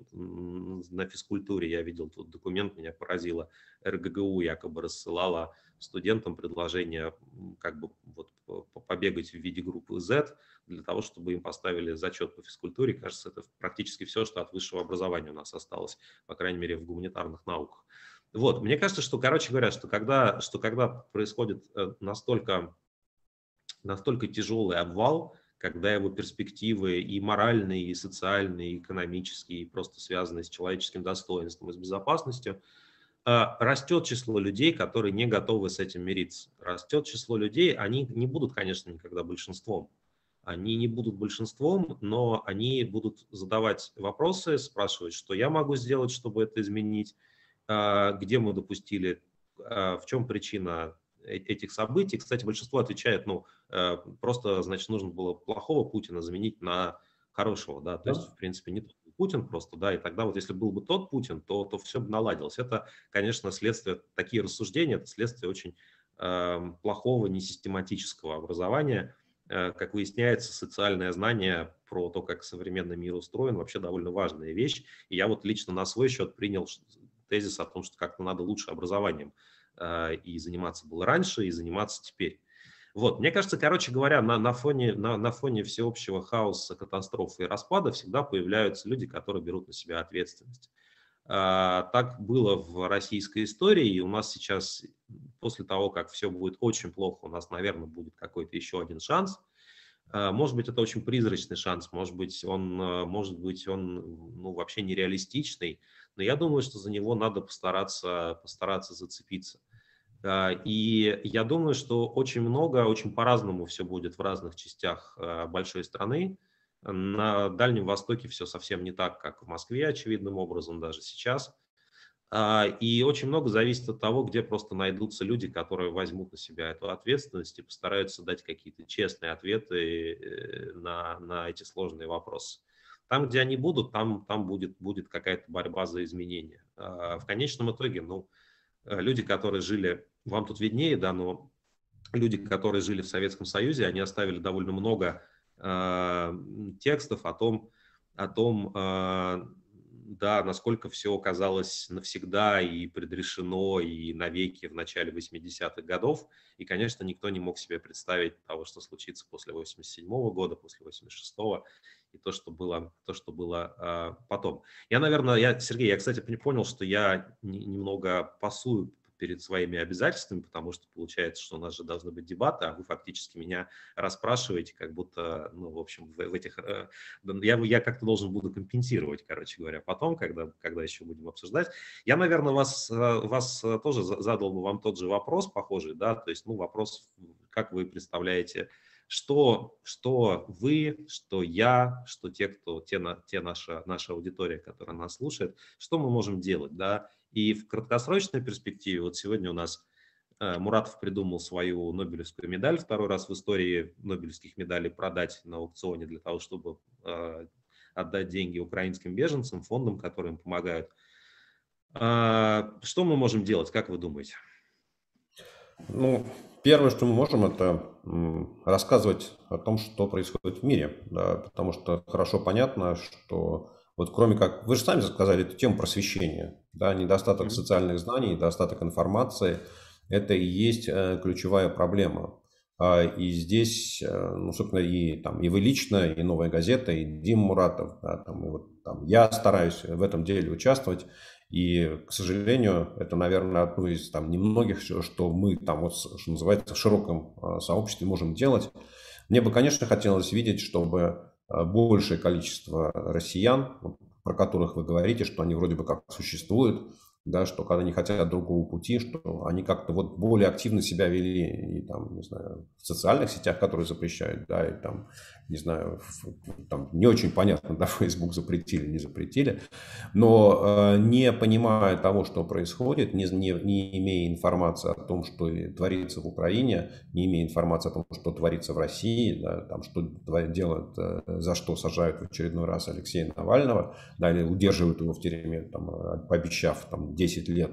на физкультуре. Я видел тут документ, меня поразило. эр гэ гэ у якобы рассылала студентам предложение как бы вот побегать в виде группы Z для того, чтобы им поставили зачет по физкультуре. Кажется, это практически все, что от высшего образования у нас осталось, по крайней мере, в гуманитарных науках. Вот, мне кажется, что, короче говоря, что когда, что когда происходит настолько, настолько тяжелый обвал, когда его перспективы и моральные, и социальные, и экономические, и просто связанные с человеческим достоинством и с безопасностью, растет число людей, которые не готовы с этим мириться. Растет число людей, они не будут, конечно, никогда большинством. Они не будут большинством, но они будут задавать вопросы, спрашивать, что я могу сделать, чтобы это изменить, где мы допустили, в чем причина этих событий. Кстати, большинство отвечает, ну, просто, значит, нужно было плохого Путина заменить на хорошего, да, то есть, в принципе, не тот Путин просто, да, и тогда вот если был бы тот Путин, то, то все бы наладилось. Это, конечно, следствие, такие рассуждения, это следствие очень э, плохого, несистематического образования. Э, как выясняется, социальное знание про то, как современный мир устроен, вообще довольно важная вещь. И я вот лично на свой счет принял тезис о том, что как-то надо лучше образованием э, и заниматься было раньше, и заниматься теперь. Вот, мне кажется, короче говоря, на, на, фоне, на, на фоне всеобщего хаоса, катастрофы и распада всегда появляются люди, которые берут на себя ответственность. А, так было в российской истории, и у нас сейчас, после того, как все будет очень плохо, у нас, наверное, будет какой-то еще один шанс. А, может быть, это очень призрачный шанс, может быть, он, может быть, он ну, вообще нереалистичный, но я думаю, что за него надо постараться, постараться зацепиться. И я думаю, что очень много, очень по-разному все будет в разных частях большой страны. На Дальнем Востоке все совсем не так, как в Москве, очевидным образом, даже сейчас. А, И очень много зависит от того, где просто найдутся люди, которые возьмут на себя эту ответственность и постараются дать какие-то честные ответы э, на, на эти сложные вопросы. Там, где они будут, там, там будет, будет какая-то борьба за изменения. А, В конечном итоге, ну, э, люди, которые жили, вам тут виднее, да, но люди, которые жили в Советском Союзе, они оставили довольно много э, текстов о том, о том, э, да, насколько все оказалось навсегда и предрешено, и навеки в начале восьмидесятых годов. И, конечно, никто не мог себе представить того, что случится после восемьдесят седьмого года, после восемьдесят шестого, и то, что было, то, что было э, потом. Я, наверное, я, Сергей, я, кстати, понял, что я не- немного пасую перед своими обязательствами, потому что получается, что у нас же должны быть дебаты, а вы фактически меня расспрашиваете, как будто, ну, в общем, в, в этих... э, я, я как-то должен буду компенсировать, короче говоря, потом, когда, когда еще будем обсуждать. Я, наверное, вас, э, вас э, тоже за- задал бы вам тот же вопрос, похожий, да, то есть, ну, вопрос, как вы представляете, что, что вы, что я, что те, кто, те, на, те наша, наша аудитория, которая нас слушает, что мы можем делать, да, и в краткосрочной перспективе, вот сегодня у нас э, Муратов придумал свою Нобелевскую медаль, второй раз в истории Нобелевских медалей продать на аукционе для того, чтобы э, отдать деньги украинским беженцам, фондам, которые им помогают. А, Что мы можем делать, как вы думаете? Ну, первое, что мы можем, это м, рассказывать о том, что происходит в мире, да, потому что хорошо понятно, что вот кроме как, вы же сами сказали эту тему просвещения, да, недостаток Мгм. социальных знаний, недостаток информации, это и есть э, ключевая проблема. А, И здесь, э, ну, собственно, и, там, и вы лично, и «Новая газета», и Дим Муратов, да, там, и вот, там, я стараюсь в этом деле участвовать. И, к сожалению, это, наверное, одно из там, немногих, что что мы там, вот, что называется, в широком а, сообществе можем делать. Мне бы, конечно, хотелось видеть, чтобы а, большее количество россиян, вот, про которых вы говорите, что они вроде бы как существуют, да, что когда они хотят другого пути, что они как-то вот более активно себя вели и там, не знаю, в социальных сетях, которые запрещают, да, и там, не знаю, в- там не очень понятно, да, Facebook запретили, не запретили, но э, не понимая того, что происходит, не, не, не имея информации о том, что и творится в Украине, не имея информации о том, что творится в России, да, там, что тва- делают, э, за что сажают в очередной раз Алексея Навального, да, или удерживают его в тюрьме, там, э, пообещав там, десять лет,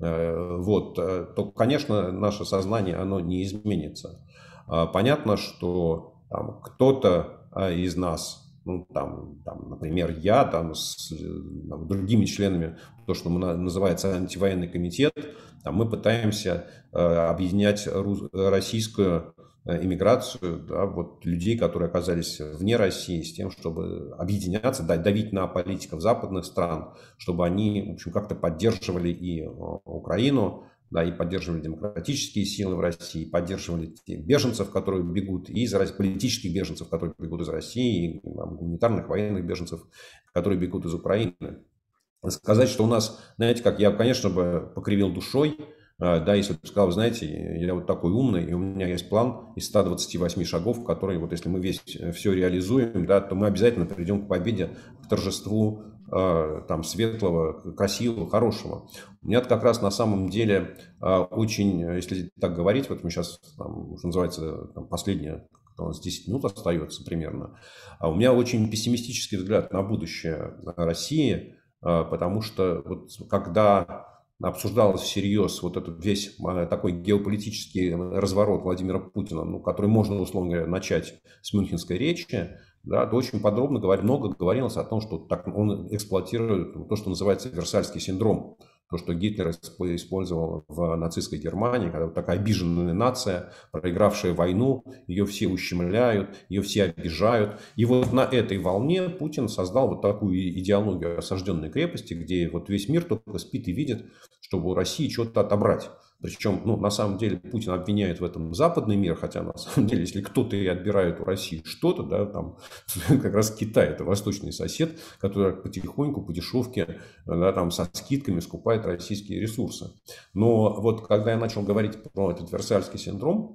э, вот, э, то, конечно, наше сознание, оно не изменится. А, Понятно, что там, кто-то а, из нас, ну, там, там, например, я там, с э, там, другими членами, то, что мы на- называется антивоенный комитет, там, мы пытаемся э, объединять рус- российскую э, иммиграцию, да, вот, людей, которые оказались вне России, с тем, чтобы объединяться, да, давить на политиков западных стран, чтобы они, в общем, как-то поддерживали и э, Украину, да, и поддерживали демократические силы в России, и поддерживали те беженцев, которые бегут из России, политических беженцев, которые бегут из России, и там, гуманитарных военных беженцев, которые бегут из Украины. Сказать, что у нас, знаете, как я, конечно бы покривил душой, а, да, если бы сказал, знаете, я вот такой умный, и у меня есть план из ста двадцати восьми шагов, которые вот если мы весь все реализуем, да, то мы обязательно придем к победе, к торжеству а, там светлого, красивого, хорошего. У меня как раз на самом деле а, очень, если так говорить, вот мы сейчас, там, что называется, там, последние у нас десять минут остается примерно, а у меня очень пессимистический взгляд на будущее России, а, потому что вот когда обсуждалось всерьез вот этот весь а, такой геополитический разворот Владимира Путина, ну, который можно, условно говоря, начать с мюнхенской речи, да, то очень подробно говорили, много говорилось о том, что так он эксплуатирует то, что называется Версальский синдром. То, что Гитлер использовал в нацистской Германии, когда вот такая обиженная нация, проигравшая войну, ее все ущемляют, ее все обижают. И вот на этой волне Путин создал вот такую идеологию осажденной крепости, где вот весь мир только спит и видит, чтобы у России что-то отобрать. Причем, ну, на самом деле, Путин обвиняет в этом западный мир, хотя, на самом деле, если кто-то и отбирает у России что-то, да, там, как раз Китай, это восточный сосед, который потихоньку, по дешевке, да, там, со скидками скупает российские ресурсы. Но вот, когда я начал говорить про этот Версальский синдром,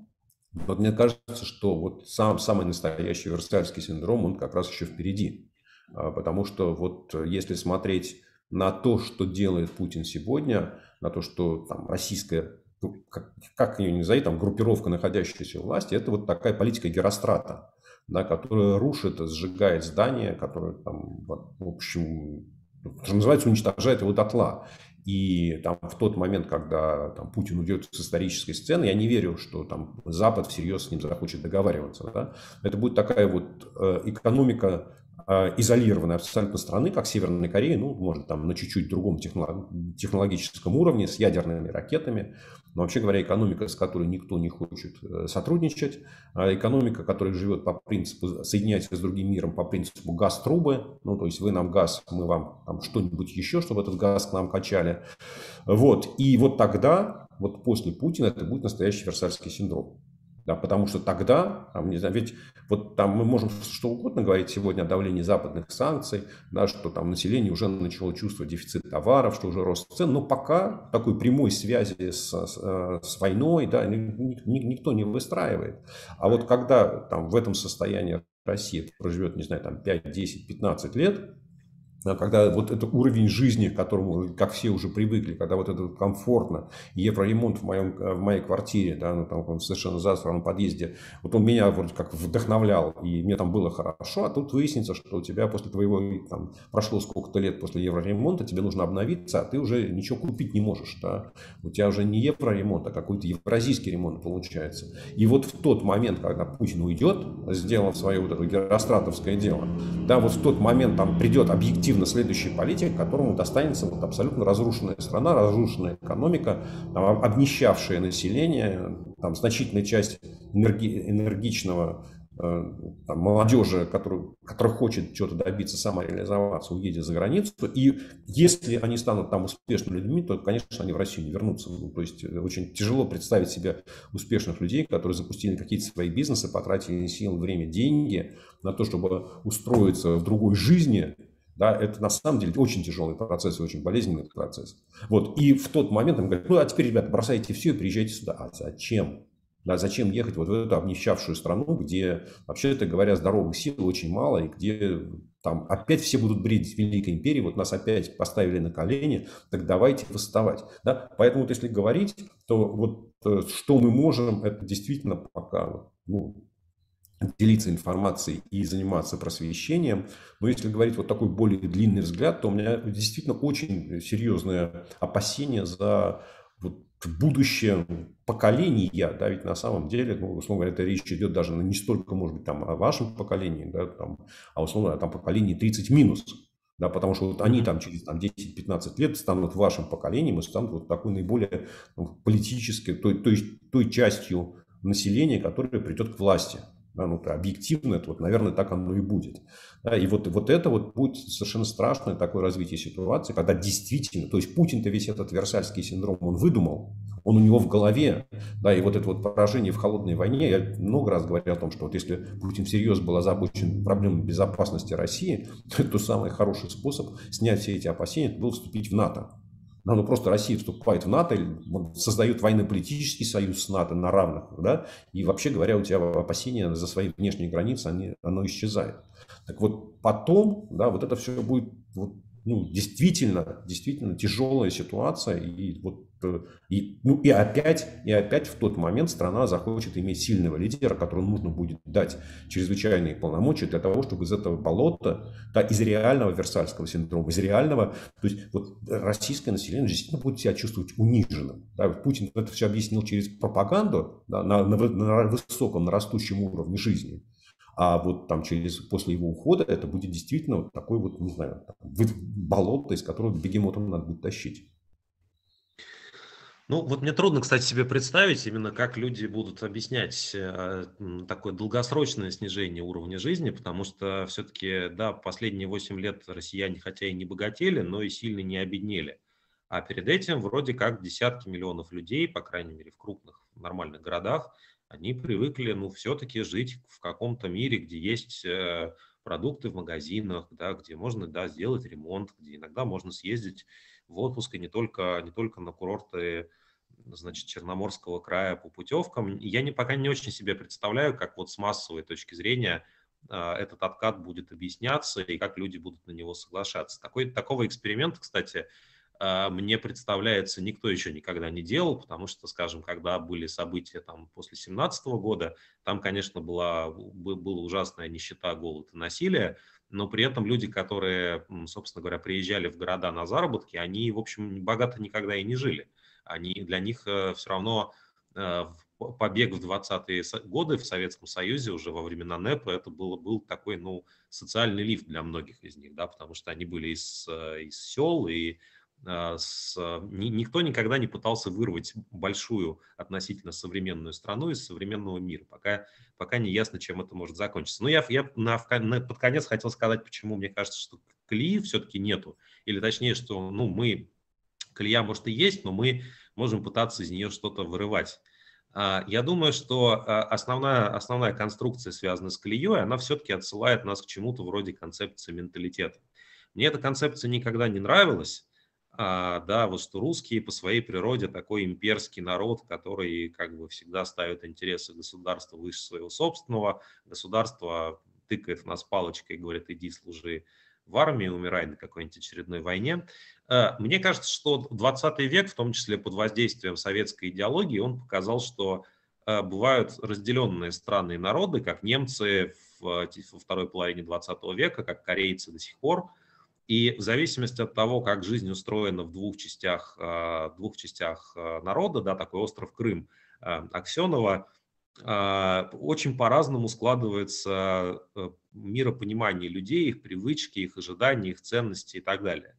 Вот мне кажется, что вот сам самый настоящий Версальский синдром, он как раз еще впереди. А, Потому что вот э, если смотреть на то, что делает Путин сегодня, на то, что там российская, ну, как, как ее ни назови, там группировка, находящаяся у власти, это вот такая политика Герострата, да, которая рушит, сжигает здания, которая там, вот, в общем, что называется, уничтожает его дотла. И там в тот момент, когда там, Путин уйдет с исторической сцены, я не верю, что там Запад всерьез с ним захочет договариваться. Да? Это будет такая вот э, экономика э, изолированной абсолютно страны, как Северная Корея, ну, может, там на чуть-чуть другом техно- технологическом уровне, с ядерными ракетами. Но вообще говоря, экономика, с которой никто не хочет э, сотрудничать, а экономика, которая живет по принципу, соединяется с другим миром по принципу газ-трубы, ну, то есть вы нам газ, мы вам там что-нибудь еще, чтобы этот газ к нам качали. Вот. И вот тогда, вот после Путина, это будет настоящий Версальский синдром. Да, потому что тогда, там, не знаю, ведь вот там мы можем что угодно говорить сегодня о давлении западных санкций, да, что там население уже начало чувствовать дефицит товаров, что уже рост цен, но пока такой прямой связи с, с, с войной, да, ни- ни- никто не выстраивает. А вот когда там в этом состоянии Россия проживет, не знаю, там пять, десять, пятнадцать лет, да, когда вот этот уровень жизни, к которому, как все уже привыкли, когда вот это комфортно, евроремонт в, моем, в моей квартире, да, ну, там, в совершенно засранном подъезде, вот он меня вроде как вдохновлял, и мне там было хорошо, а тут выяснится, что у тебя после твоего, там, прошло сколько-то лет после евроремонта, тебе нужно обновиться, а ты уже ничего купить не можешь, да. У тебя уже не евроремонт, а какой-то евразийский ремонт получается. И вот в тот момент, когда Путин уйдет, сделав свое вот это геростратовское дело, да, вот в тот момент там придет объективно следующий политик, которому достанется вот абсолютно разрушенная страна, разрушенная экономика, там, обнищавшее население, там, значительная часть энерги, энергичного э, там, молодежи, который, которая хочет чего-то добиться, самореализоваться, уедет за границу. И если они станут там успешными людьми, то, конечно, они в Россию не вернутся. Ну, то есть очень тяжело представить себе успешных людей, которые запустили какие-то свои бизнесы, потратили силы, время, деньги на то, чтобы устроиться в другой жизни. Да, это на самом деле очень тяжелый процесс и очень болезненный процесс. Вот. И в тот момент им говорят, ну а теперь, ребята, бросайте все и приезжайте сюда. А зачем? Да, зачем ехать вот в эту обнищавшую страну, где, вообще-то говоря, здоровых сил очень мало, и где там опять все будут бредить Великой империи, вот нас опять поставили на колени, так давайте восставать. Да? Поэтому вот если говорить, то вот э, что мы можем, это действительно пока ну, делиться информацией и заниматься просвещением. Но если говорить вот такой более длинный взгляд, то у меня действительно очень серьезное опасение за вот будущее поколения, да, ведь на самом деле, ну, условно говоря, это речь идет даже не столько, может быть, там, о вашем поколении, да, там, а условно там поколении тридцать минус. Да, потому что вот они там через там, десять-пятнадцать лет станут вашим поколением и станут вот такой наиболее ну, политической, той, той, той частью населения, которая придет к власти. Да, ну, объективно, это вот, наверное, так оно и будет. Да, и вот, вот это вот будет совершенно страшное такое развитие ситуации, когда действительно, то есть Путин-то весь этот Версальский синдром он выдумал, он у него в голове, да, и вот это вот поражение в холодной войне, я много раз говорил о том, что вот если Путин всерьез был озабочен проблемой безопасности России, то, то самый хороший способ снять все эти опасения был вступить в НАТО. Да, ну просто Россия вступает в НАТО, создает военно-политический союз с НАТО на равных, да, и вообще говоря, у тебя опасения за свои внешние границы, они, оно исчезает. Так вот потом, да, вот это все будет вот, ну, действительно, действительно тяжелая ситуация, и вот и, ну, и опять, и опять в тот момент страна захочет иметь сильного лидера, которому нужно будет дать чрезвычайные полномочия для того, чтобы из этого болота, да, из реального Версальского синдрома, из реального, то есть вот российское население действительно будет себя чувствовать униженным. Да, Путин это все объяснил через пропаганду, да, на, на, на высоком, на растущем уровне жизни. А вот там через, после его ухода это будет действительно вот такой вот, не знаю, болото, из которого бегемотом надо будет тащить. Ну, вот мне трудно, кстати, себе представить именно, как люди будут объяснять э, м, такое долгосрочное снижение уровня жизни, потому что все-таки, да, последние восемь лет россияне хотя и не богатели, но и сильно не обеднели. А перед этим вроде как десятки миллионов людей, по крайней мере в крупных нормальных городах, они привыкли, ну, все-таки жить в каком-то мире, где есть э, продукты в магазинах, да, где можно, да, сделать ремонт, где иногда можно съездить в отпуск и не только, не только на курорты значит, Черноморского края по путевкам. Я не, пока не очень себе представляю, как вот с массовой точки зрения этот откат будет объясняться и как люди будут на него соглашаться. Такой, такого эксперимента, кстати, мне представляется, никто еще никогда не делал, потому что, скажем, когда были события там, после две тысячи семнадцатого года, там, конечно, была, была ужасная нищета, голод и насилие, но при этом люди, которые, собственно говоря, приезжали в города на заработки, они, в общем, богато никогда и не жили. Они, для них все равно побег в двадцатые годы в Советском Союзе уже во времена НЭПа, это было, был такой, ну, социальный лифт для многих из них, да, потому что они были из, из сел, и с, никто никогда не пытался вырвать большую относительно современную страну из современного мира, пока, пока не ясно, чем это может закончиться. Но я, я на, на, под конец хотел сказать, почему мне кажется, что колеи все-таки нету, или точнее, что ну, мы, колея может и есть, но мы можем пытаться из нее что-то вырывать. Я думаю, что основная, основная конструкция, связанная с колеей, она все-таки отсылает нас к чему-то вроде концепции менталитета. Мне эта концепция никогда не нравилась. А, да, вот что русские по своей природе такой имперский народ, который как бы всегда ставит интересы государства выше своего собственного. Государство тыкает в нас палочкой и говорит: иди служи в армии, умирай на какой-нибудь очередной войне. Мне кажется, что двадцатый век, в том числе под воздействием советской идеологии, он показал, что бывают разделенные страны и народы, как немцы в, во второй половине двадцатого века, как корейцы до сих пор. И в зависимости от того, как жизнь устроена в двух частях, двух частях народа, да, такой остров Крым, Аксенова, очень по-разному складывается миропонимание людей, их привычки, их ожидания, их ценности и так далее.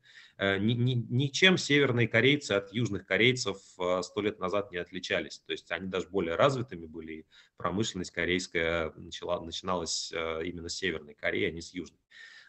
Ничем северные корейцы от южных корейцев сто лет назад не отличались. То есть они даже более развитыми были. Промышленность корейская начала, начиналась именно с Северной Кореи, а не с Южной.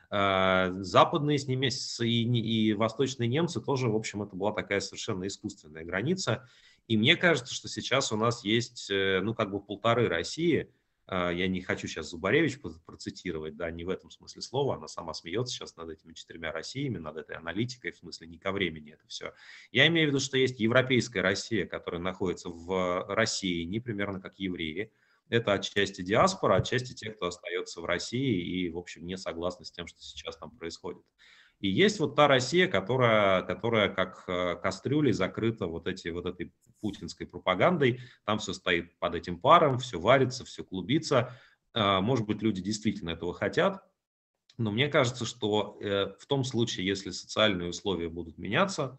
Западные с ними, и, и восточные немцы тоже, в общем, это была такая совершенно искусственная граница. И мне кажется, что сейчас у нас есть, ну, как бы полторы России. Я не хочу сейчас Зубаревич процитировать, да, не в этом смысле слова. Она сама смеется сейчас над этими четырьмя Россиями, над этой аналитикой, в смысле не ко времени это все. Я имею в виду, что есть европейская Россия, которая находится в России, не примерно как евреи. Это отчасти диаспора, отчасти те, кто остается в России и, в общем, не согласны с тем, что сейчас там происходит. И есть вот та Россия, которая, которая как кастрюлей закрыта вот, эти, вот этой путинской пропагандой. Там все стоит под этим паром, все варится, все клубится. Может быть, люди действительно этого хотят. Но мне кажется, что в том случае, если социальные условия будут меняться,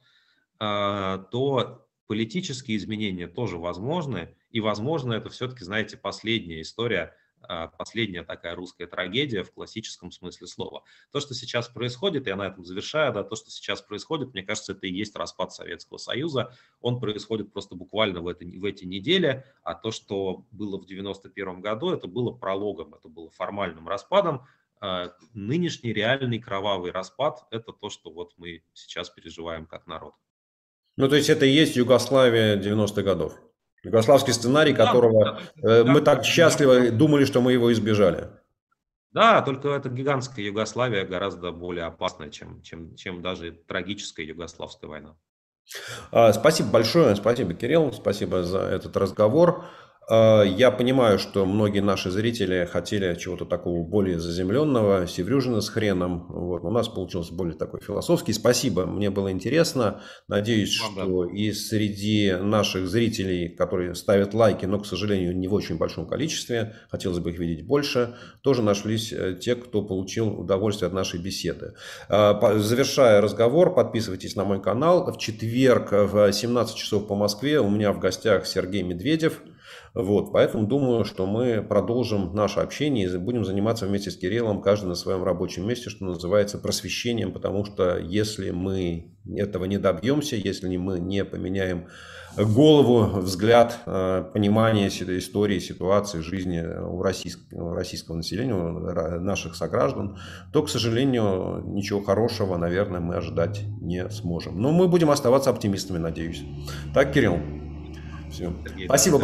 то политические изменения тоже возможны. И, возможно, это все-таки, знаете, последняя история, последняя такая русская трагедия в классическом смысле слова. То, что сейчас происходит, я на этом завершаю, да, то, что сейчас происходит, мне кажется, это и есть распад Советского Союза. Он происходит просто буквально в, это, в эти недели, а то, что было в девяносто первом году, это было прологом, это было формальным распадом. Нынешний реальный кровавый распад – это то, что вот мы сейчас переживаем как народ. Ну, то есть это и есть Югославия девяностых годов. Югославский сценарий, которого да, мы да, так счастливо да. думали, что мы его избежали. Да, только эта гигантская Югославия гораздо более опасная, чем, чем, чем даже трагическая Югославская война. Спасибо большое, спасибо, Кирилл, спасибо за этот разговор. Я понимаю, что многие наши зрители хотели чего-то такого более заземленного, Севрюжина с хреном. Вот. У нас получился более такой философский. Спасибо, мне было интересно. Надеюсь, Вам, что да. и среди наших зрителей, которые ставят лайки, но, к сожалению, не в очень большом количестве, хотелось бы их видеть больше, тоже нашлись те, кто получил удовольствие от нашей беседы. Завершая разговор, подписывайтесь на мой канал. В четверг в семнадцать часов по Москве у меня в гостях Сергей Медведев. Вот, поэтому думаю, что мы продолжим наше общение и будем заниматься вместе с Кириллом, каждый на своем рабочем месте, что называется, просвещением, потому что если мы этого не добьемся, если мы не поменяем голову, взгляд, понимание истории, ситуации, жизни у российского, российского населения, у наших сограждан, то, к сожалению, ничего хорошего, наверное, мы ожидать не сможем. Но мы будем оставаться оптимистами, надеюсь. Так, Кирилл? Все. Спасибо.